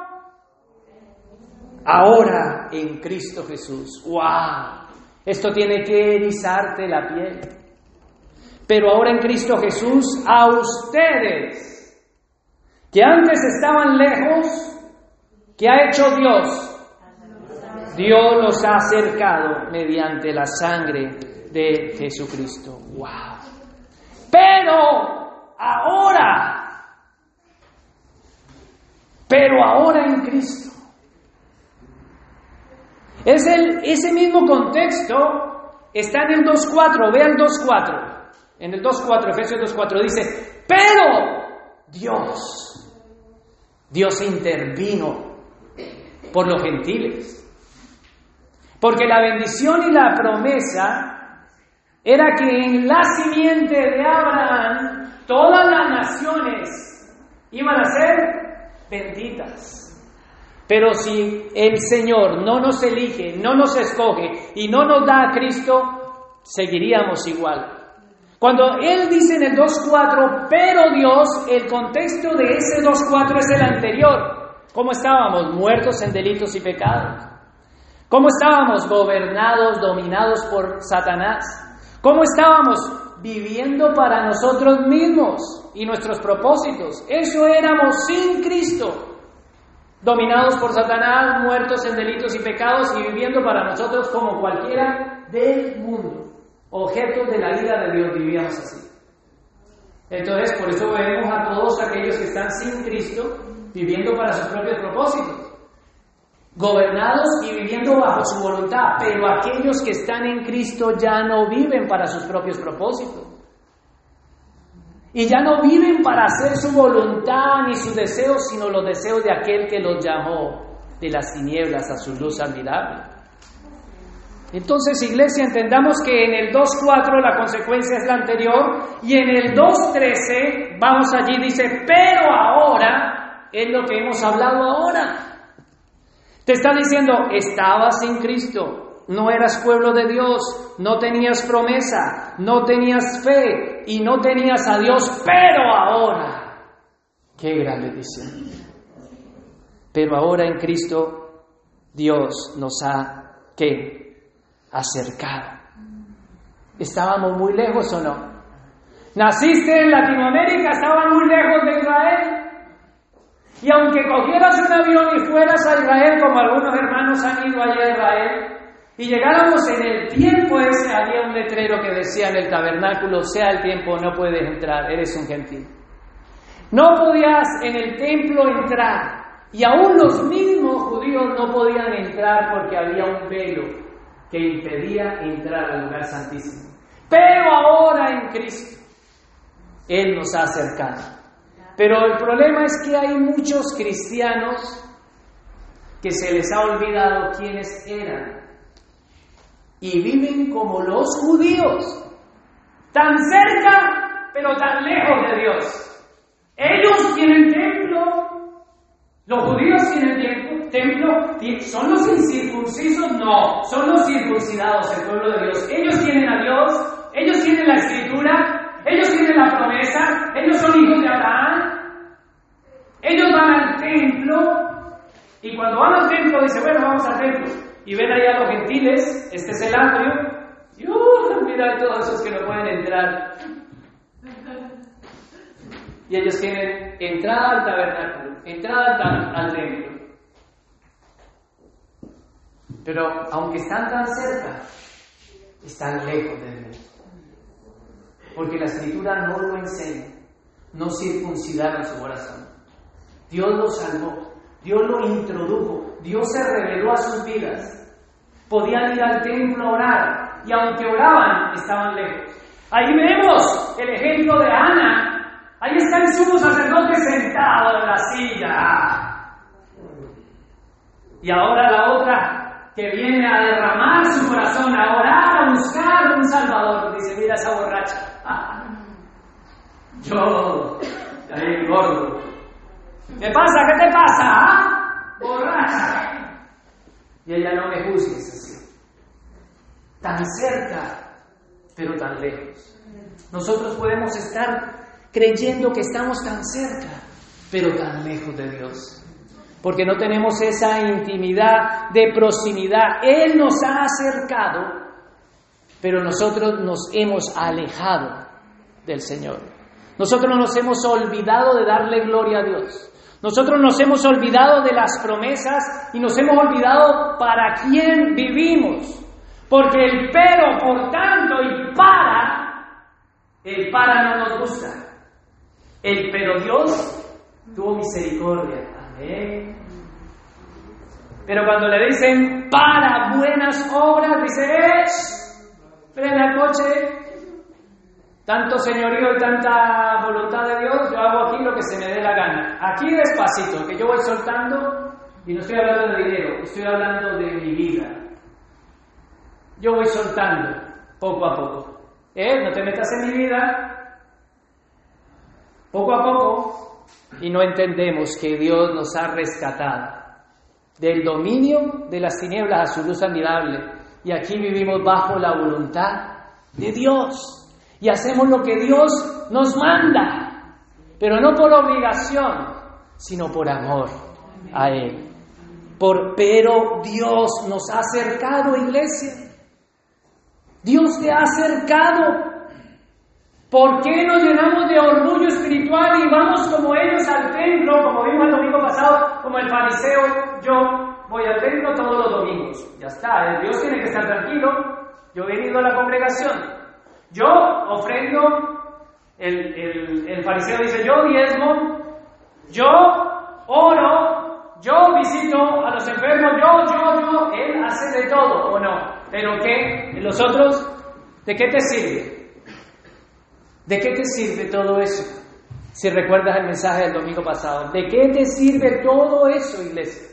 ahora en Cristo Jesús. ¡Wow! Esto tiene que erizarte la piel. Pero ahora en Cristo Jesús, a ustedes, que antes estaban lejos, ¿qué ha hecho Dios? Dios los ha acercado mediante la sangre de Jesucristo. ¡Wow! Pero ahora, pero ahora en Cristo. Es el, ese mismo contexto está en el dos cuatro, vean dos cuatro. En el dos cuatro, Efesios dos cuatro dice, pero Dios, Dios intervino por los gentiles. Porque la bendición y la promesa era que en la simiente de Abraham todas las naciones iban a ser benditas. Pero si el Señor no nos elige, no nos escoge y no nos da a Cristo, seguiríamos igual. Cuando Él dice en el dos cuatro, pero Dios, el contexto de ese dos cuatro es el anterior. ¿Cómo estábamos? Muertos en delitos y pecados. ¿Cómo estábamos? Gobernados, dominados por Satanás. ¿Cómo estábamos? Viviendo para nosotros mismos y nuestros propósitos. Eso éramos sin Cristo. Dominados por Satanás, muertos en delitos y pecados y viviendo para nosotros como cualquiera del mundo. Objetos de la ira de Dios, vivíamos así. Entonces, por eso vemos a todos aquellos que están sin Cristo viviendo para sus propios propósitos. Gobernados y viviendo bajo su voluntad, pero aquellos que están en Cristo ya no viven para sus propios propósitos. Y ya no viven para hacer su voluntad ni sus deseos, sino los deseos de aquel que los llamó de las tinieblas a su luz admirable. Entonces, iglesia, entendamos que en el dos cuatro la consecuencia es la anterior, y en el dos trece, vamos allí, dice, pero ahora, es lo que hemos hablado ahora. Te está diciendo, estabas sin Cristo, no eras pueblo de Dios, no tenías promesa, no tenías fe y no tenías a Dios, pero ahora, qué gran bendición. Pero ahora en Cristo Dios nos ha, ¿qué? Acercado. ¿Estábamos muy lejos o no? Naciste en Latinoamérica, estabas muy lejos de Israel. Y aunque cogieras un avión y fueras a Israel, como algunos hermanos han ido allá a Israel, y llegáramos en el tiempo ese, había un letrero que decía en el tabernáculo, sea el tiempo, no puedes entrar, eres un gentil. No podías en el templo entrar, y aún los mismos judíos no podían entrar porque había un velo que impedía entrar al lugar santísimo. Pero ahora en Cristo, Él nos ha acercado. Pero el problema es que hay muchos cristianos que se les ha olvidado quiénes eran y viven como los judíos, tan cerca pero tan lejos de Dios. Ellos tienen templo, los judíos tienen templo, templo, ¿son los incircuncisos? No, son los circuncidados, el pueblo de Dios. Ellos tienen a Dios, ellos tienen la Escritura, ellos tienen la promesa, ellos son hijos de Abraham, ellos van al templo, y cuando van al templo dice, bueno, vamos al templo, y ven allá a los gentiles, este es el atrio, y uh, mira a todos esos que no pueden entrar, y ellos tienen entrada al tabernáculo, entrada al, al templo, pero aunque están tan cerca, están lejos de Dios. Porque la Escritura no lo enseña, no circuncidaron su corazón. Dios lo salvó, Dios lo introdujo, Dios se reveló a sus vidas. Podían ir al templo a orar, y aunque oraban, estaban lejos. Ahí vemos el ejemplo de Ana. Ahí está el sumo sacerdote sentado en la silla. Y ahora la otra que viene a derramar su corazón, a orar, a buscar un Salvador, dice, mira esa borracha. Yo, ahí gordo. ¿Qué pasa? ¿Qué te pasa? ¿Ah? Borracha. Y ella, no me juzgues así. Tan cerca, pero tan lejos. Nosotros podemos estar creyendo que estamos tan cerca, pero tan lejos de Dios. Porque no tenemos esa intimidad de proximidad. Él nos ha acercado, pero nosotros nos hemos alejado del Señor. Nosotros nos hemos olvidado de darle gloria a Dios. Nosotros nos hemos olvidado de las promesas y nos hemos olvidado para quién vivimos. Porque el pero, por tanto, y para, el para no nos gusta. El pero Dios tuvo misericordia. Amén. Pero cuando le dicen para buenas obras, dice, ¡eh! Frena el coche. Tanto señorío y tanta voluntad de Dios, yo hago aquí lo que se me dé la gana. Aquí despacito, que yo voy soltando, y no estoy hablando de dinero, estoy hablando de mi vida. Yo voy soltando, poco a poco. ¿Eh? No te metas en mi vida. Poco a poco. Y no entendemos que Dios nos ha rescatado del dominio de las tinieblas a su luz admirable. Y aquí vivimos bajo la voluntad de Dios. Y hacemos lo que Dios nos manda, pero no por obligación, sino por amor a Él. Por, pero Dios nos ha acercado, iglesia. Dios te ha acercado. ¿Por qué nos llenamos de orgullo espiritual y vamos como ellos al templo, como vimos el domingo pasado, como el fariseo? Yo voy al templo todos los domingos. Ya está, Dios tiene que estar tranquilo. Yo he venido a la congregación. Yo ofrendo, el, el, el fariseo dice, yo diezmo, yo oro, yo visito a los enfermos, yo, yo, yo, él hace de todo, ¿o no? ¿Pero qué? ¿Los otros? ¿De qué te sirve? ¿De qué te sirve todo eso? Si recuerdas el mensaje del domingo pasado, ¿de qué te sirve todo eso, iglesia?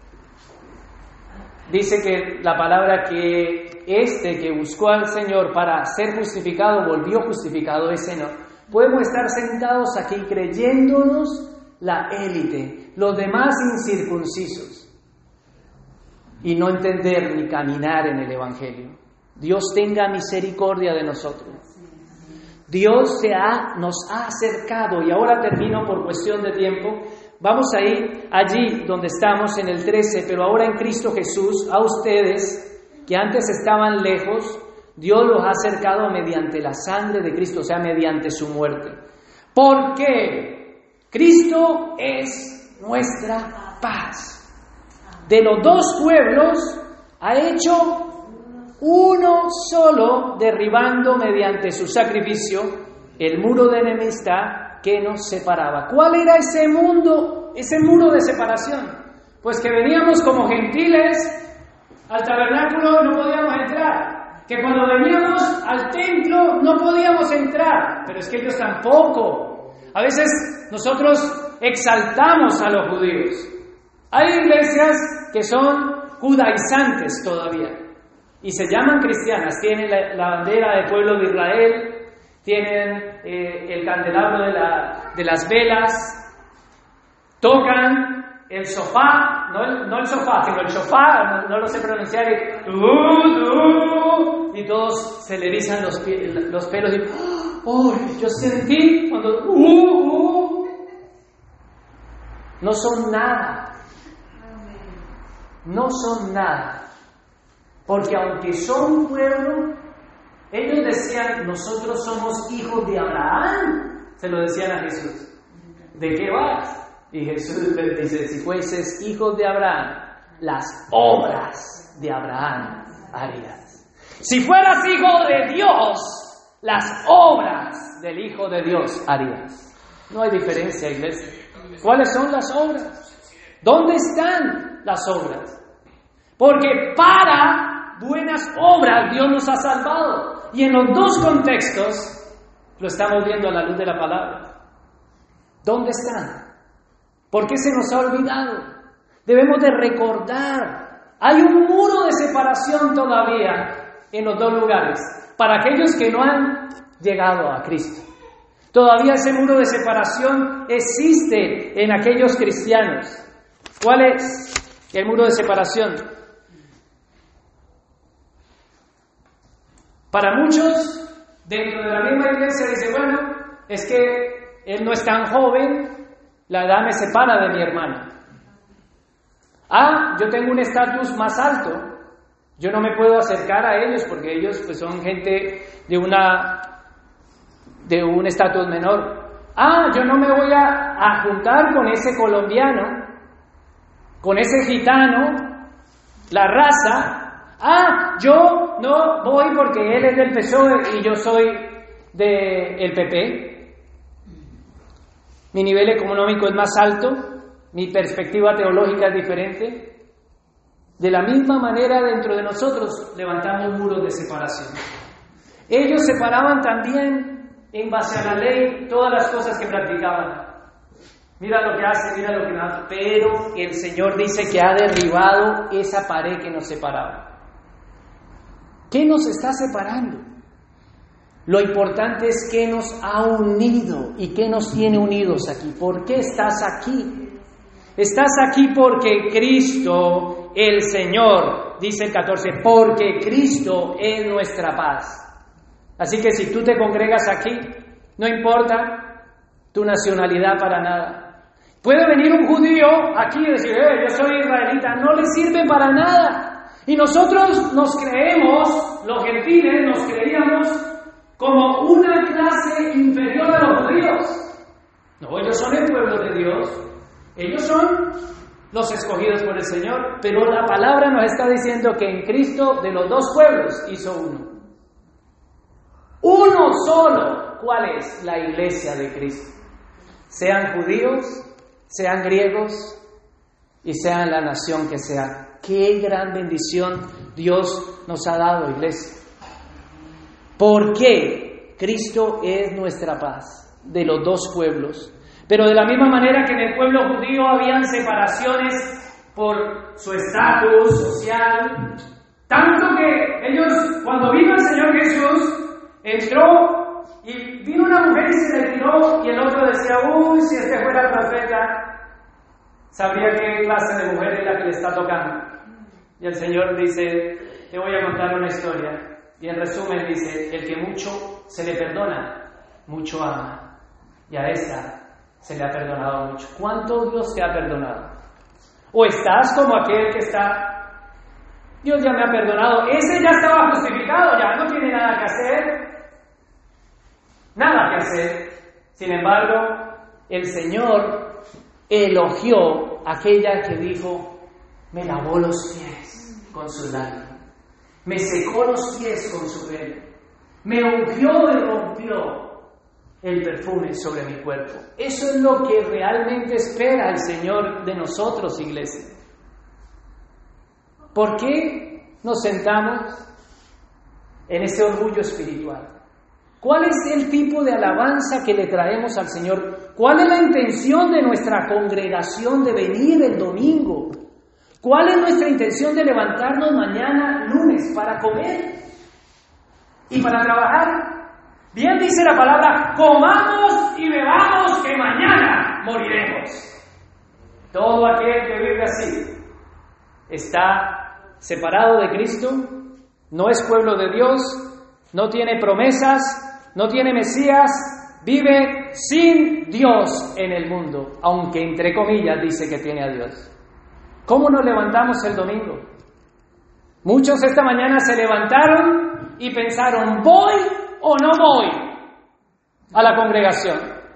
Dice que la palabra que este que buscó al Señor para ser justificado, volvió justificado, ese no. Podemos estar sentados aquí creyéndonos la élite, los demás incircuncisos, y no entender ni caminar en el Evangelio. Dios tenga misericordia de nosotros. Dios se ha, nos ha acercado, y ahora termino por cuestión de tiempo, vamos a ir allí donde estamos en el trece, pero ahora en Cristo Jesús, a ustedes que antes estaban lejos, Dios los ha acercado mediante la sangre de Cristo, o sea, mediante su muerte. Porque Cristo es nuestra paz. De los dos pueblos ha hecho uno solo, derribando mediante su sacrificio el muro de enemistad que nos separaba. ¿Cuál era ese mundo, ese muro de separación? Pues que veníamos como gentiles al tabernáculo y no podíamos entrar. Que cuando veníamos al templo no podíamos entrar. Pero es que ellos tampoco. A veces nosotros exaltamos a los judíos. Hay iglesias que son judaizantes todavía y se llaman cristianas. Tienen la, la bandera del pueblo de Israel, tienen eh, el candelabro de, la, de las velas, tocan el sofá, no el, no el sofá, sino el shofar, no, no lo sé pronunciar, y, uh, uh, y todos se le erizan los, los pelos y oh, yo sentí cuando uh, uh, no son nada. No son nada, porque aunque son un pueblo, ellos decían, nosotros somos hijos de Abraham, se lo decían a Jesús. ¿De qué vas? Y Jesús les dice, si fueses hijos de Abraham, las obras de Abraham harías. Si fueras hijo de Dios, las obras del Hijo de Dios harías. No hay diferencia, iglesia. ¿Cuáles son las obras? ¿Dónde están las obras? Porque para buenas obras Dios nos ha salvado. Y en los dos contextos lo estamos viendo a la luz de la palabra. ¿Dónde están? ¿Por qué se nos ha olvidado? Debemos de recordar. Hay un muro de separación todavía en los dos lugares. Para aquellos que no han llegado a Cristo. Todavía ese muro de separación existe en aquellos cristianos. ¿Cuál es el muro de separación? Para muchos, dentro de la misma iglesia, dice, bueno, es que él no es tan joven, la edad me separa de mi hermano. Ah, yo tengo un estatus más alto, yo no me puedo acercar a ellos porque ellos pues, son gente de, una, de un estatus menor. Ah, yo no me voy a, a juntar con ese colombiano, con ese gitano, la raza. Ah, yo no voy porque él es del P S O E y yo soy del P P. Mi nivel económico es más alto, mi perspectiva teológica es diferente. De la misma manera, dentro de nosotros levantamos muros de separación. Ellos separaban también, en base a la ley, todas las cosas que practicaban. Mira lo que hace, mira lo que no hace. Pero el Señor dice que ha derribado esa pared que nos separaba. ¿Qué nos está separando? Lo importante es qué nos ha unido y qué nos tiene unidos aquí. ¿Por qué estás aquí? Estás aquí porque Cristo, el Señor, dice el catorce, porque Cristo es nuestra paz. Así que si tú te congregas aquí, no importa tu nacionalidad para nada. Puede venir un judío aquí y decir, eh, yo soy israelita, no le sirve para nada. Y nosotros nos creemos, los gentiles, nos creíamos como una clase inferior a los judíos. No, ellos son el pueblo de Dios, ellos son los escogidos por el Señor, pero la palabra nos está diciendo que en Cristo de los dos pueblos hizo uno. Uno solo. ¿Cuál es? La iglesia de Cristo. Sean judíos, sean griegos y sean la nación que sea. Qué gran bendición Dios nos ha dado, iglesia. ¿Por qué? Cristo es nuestra paz de los dos pueblos. Pero de la misma manera que en el pueblo judío habían separaciones por su estatus social, tanto que ellos, cuando vino el Señor Jesús, entró y vino una mujer y se le tiró y el otro decía, uy, si este fuera el profeta, sabría qué clase de mujer es la que le está tocando. Y el Señor dice, te voy a contar una historia. Y en resumen dice, el que mucho se le perdona, mucho ama. Y a esta se le ha perdonado mucho. ¿Cuánto Dios te ha perdonado? ¿O estás como aquel que está, Dios ya me ha perdonado, ese ya estaba justificado, ya no tiene nada que hacer? Nada que hacer. Sin embargo, el Señor elogió a aquella que dijo, me lavó los pies con sus lágrimas, me secó los pies con su pelo, me ungió y rompió el perfume sobre mi cuerpo. Eso es lo que realmente espera el Señor de nosotros, iglesia. ¿Por qué nos sentamos en ese orgullo espiritual? ¿Cuál es el tipo de alabanza que le traemos al Señor? ¿Cuál es la intención de nuestra congregación de venir el domingo? ¿Cuál es nuestra intención de levantarnos mañana lunes para comer y para trabajar? Bien dice la palabra, comamos y bebamos que mañana moriremos. Todo aquel que vive así está separado de Cristo, no es pueblo de Dios, no tiene promesas, no tiene Mesías, vive sin Dios en el mundo, aunque entre comillas dice que tiene a Dios. ¿Cómo nos levantamos el domingo? Muchos esta mañana se levantaron y pensaron, ¿voy o no voy a la congregación?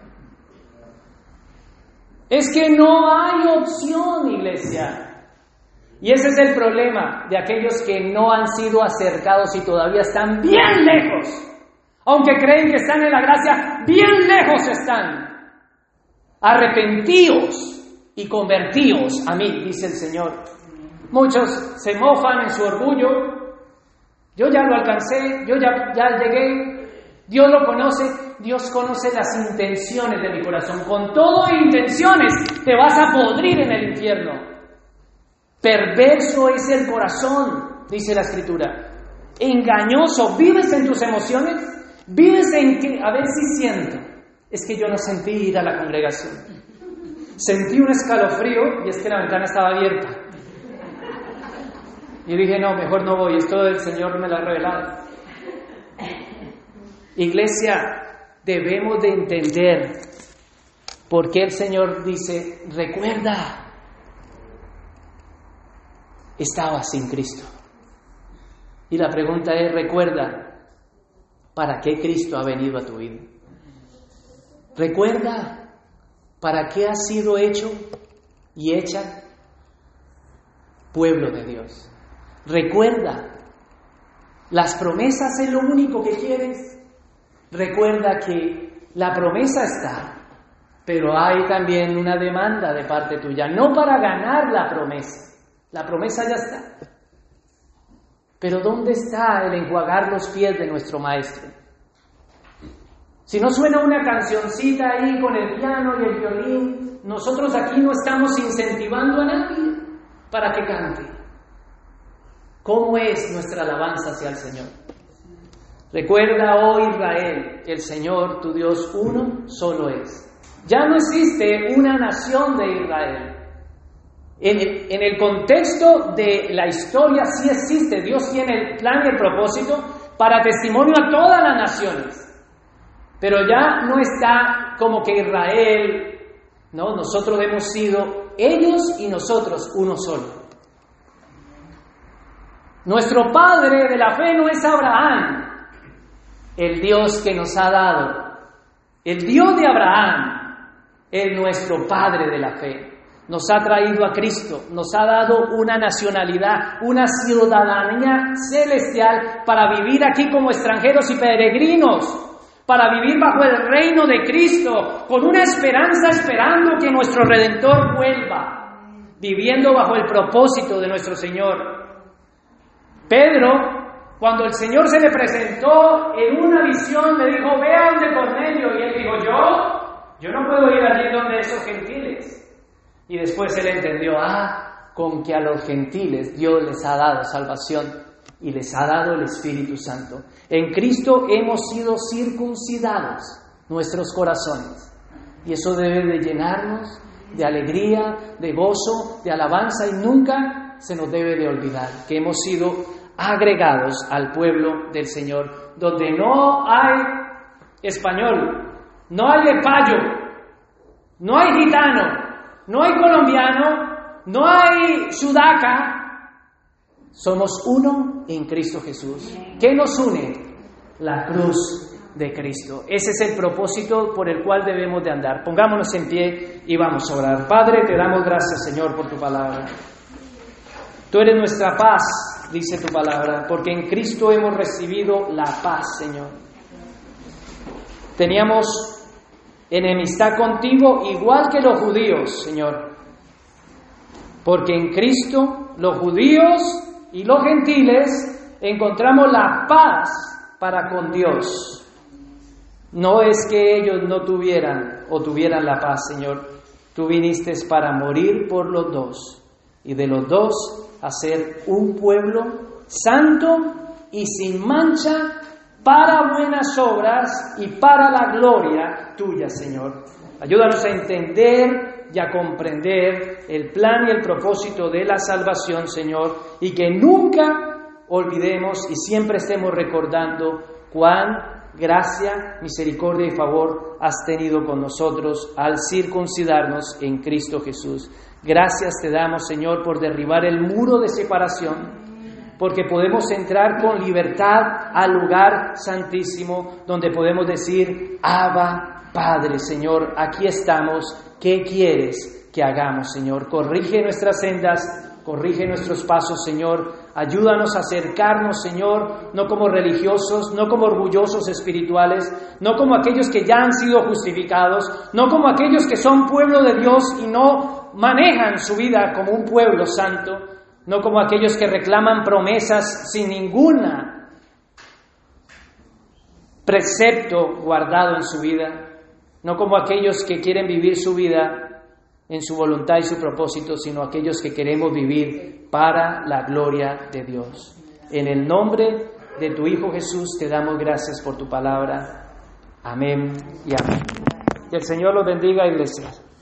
Es que no hay opción, iglesia. Y ese es el problema de aquellos que no han sido acercados y todavía están bien lejos. Aunque creen que están en la gracia, bien lejos están. Arrepentíos y convertíos a mí, dice el Señor. Muchos se mofan en su orgullo. Yo ya lo alcancé, yo ya, ya llegué. Dios lo conoce, Dios conoce las intenciones de mi corazón. Con todo intenciones te vas a podrir en el infierno. Perverso es el corazón, dice la Escritura. Engañoso, ¿vives en tus emociones? ¿Vives en que, a ver si siento? Es que yo no sentí ir a la congregación. Sentí un escalofrío y es que la ventana estaba abierta. Y dije, no, mejor no voy, esto el Señor me lo ha revelado. Iglesia, debemos de entender por qué el Señor dice, recuerda, estabas sin Cristo. Y la pregunta es, recuerda, ¿para qué Cristo ha venido a tu vida? Recuerda, ¿para qué has sido hecho y hecha pueblo de Dios? Recuerda, las promesas es lo único que quieres. Recuerda que la promesa está, pero hay también una demanda de parte tuya, no para ganar la promesa. La promesa ya está. Pero ¿dónde está el enjuagar los pies de nuestro Maestro? Si no suena una cancioncita ahí con el piano y el violín, nosotros aquí no estamos incentivando a nadie para que cante. ¿Cómo es nuestra alabanza hacia el Señor? Recuerda, oh Israel, el Señor, tu Dios, uno solo es. Ya no existe una nación de Israel. En el, en el contexto de la historia sí existe, Dios tiene el plan y el propósito para testimonio a todas las naciones. Pero ya no está como que Israel, no, nosotros hemos sido ellos y nosotros uno solo. Nuestro padre de la fe no es Abraham, el Dios que nos ha dado. El Dios de Abraham es nuestro padre de la fe. Nos ha traído a Cristo, nos ha dado una nacionalidad, una ciudadanía celestial para vivir aquí como extranjeros y peregrinos, para vivir bajo el reino de Cristo, con una esperanza esperando que nuestro Redentor vuelva, viviendo bajo el propósito de nuestro Señor. Pedro, cuando el Señor se le presentó en una visión, le dijo, ve a donde Cornelio, y él dijo, yo, yo no puedo ir allí donde esos gentiles. Y después él entendió, ah, con que a los gentiles Dios les ha dado salvación y les ha dado el Espíritu Santo. En Cristo hemos sido circuncidados nuestros corazones. Y eso debe de llenarnos de alegría, de gozo, de alabanza, y nunca se nos debe de olvidar que hemos sido agregados al pueblo del Señor, donde no hay español, no hay de payo, No hay gitano, no hay colombiano, no hay sudaca. Somos uno en Cristo Jesús. ¿Qué nos une? La cruz de Cristo. Ese es el propósito por el cual debemos de andar. Pongámonos en pie y vamos a orar. Padre, te damos gracias, Señor, por tu palabra. Tú eres nuestra paz, dice tu palabra, porque en Cristo hemos recibido la paz, Señor. Teníamos enemistad contigo igual que los judíos, Señor, porque en Cristo los judíos y los gentiles encontramos la paz para con Dios. No es que ellos no tuvieran o tuvieran la paz, Señor. Tú viniste para morir por los dos y de los dos hacer un pueblo santo y sin mancha para buenas obras y para la gloria tuya, Señor. Ayúdanos a entender y a comprender el plan y el propósito de la salvación, Señor, y que nunca olvidemos y siempre estemos recordando cuán gracia, misericordia y favor has tenido con nosotros al circuncidarnos en Cristo Jesús. Gracias te damos, Señor, por derribar el muro de separación, porque podemos entrar con libertad al lugar santísimo, donde podemos decir, Abba, Padre, Señor, aquí estamos, ¿qué quieres que hagamos, Señor? Corrige nuestras sendas, corrige nuestros pasos, Señor. Ayúdanos a acercarnos, Señor, no como religiosos, no como orgullosos espirituales, no como aquellos que ya han sido justificados, no como aquellos que son pueblo de Dios y no manejan su vida como un pueblo santo, no como aquellos que reclaman promesas sin ninguna precepto guardado en su vida, no como aquellos que quieren vivir su vida en su voluntad y su propósito, sino aquellos que queremos vivir para la gloria de Dios. En el nombre de tu Hijo Jesús te damos gracias por tu palabra. Amén y amén. Que el Señor los bendiga, iglesia.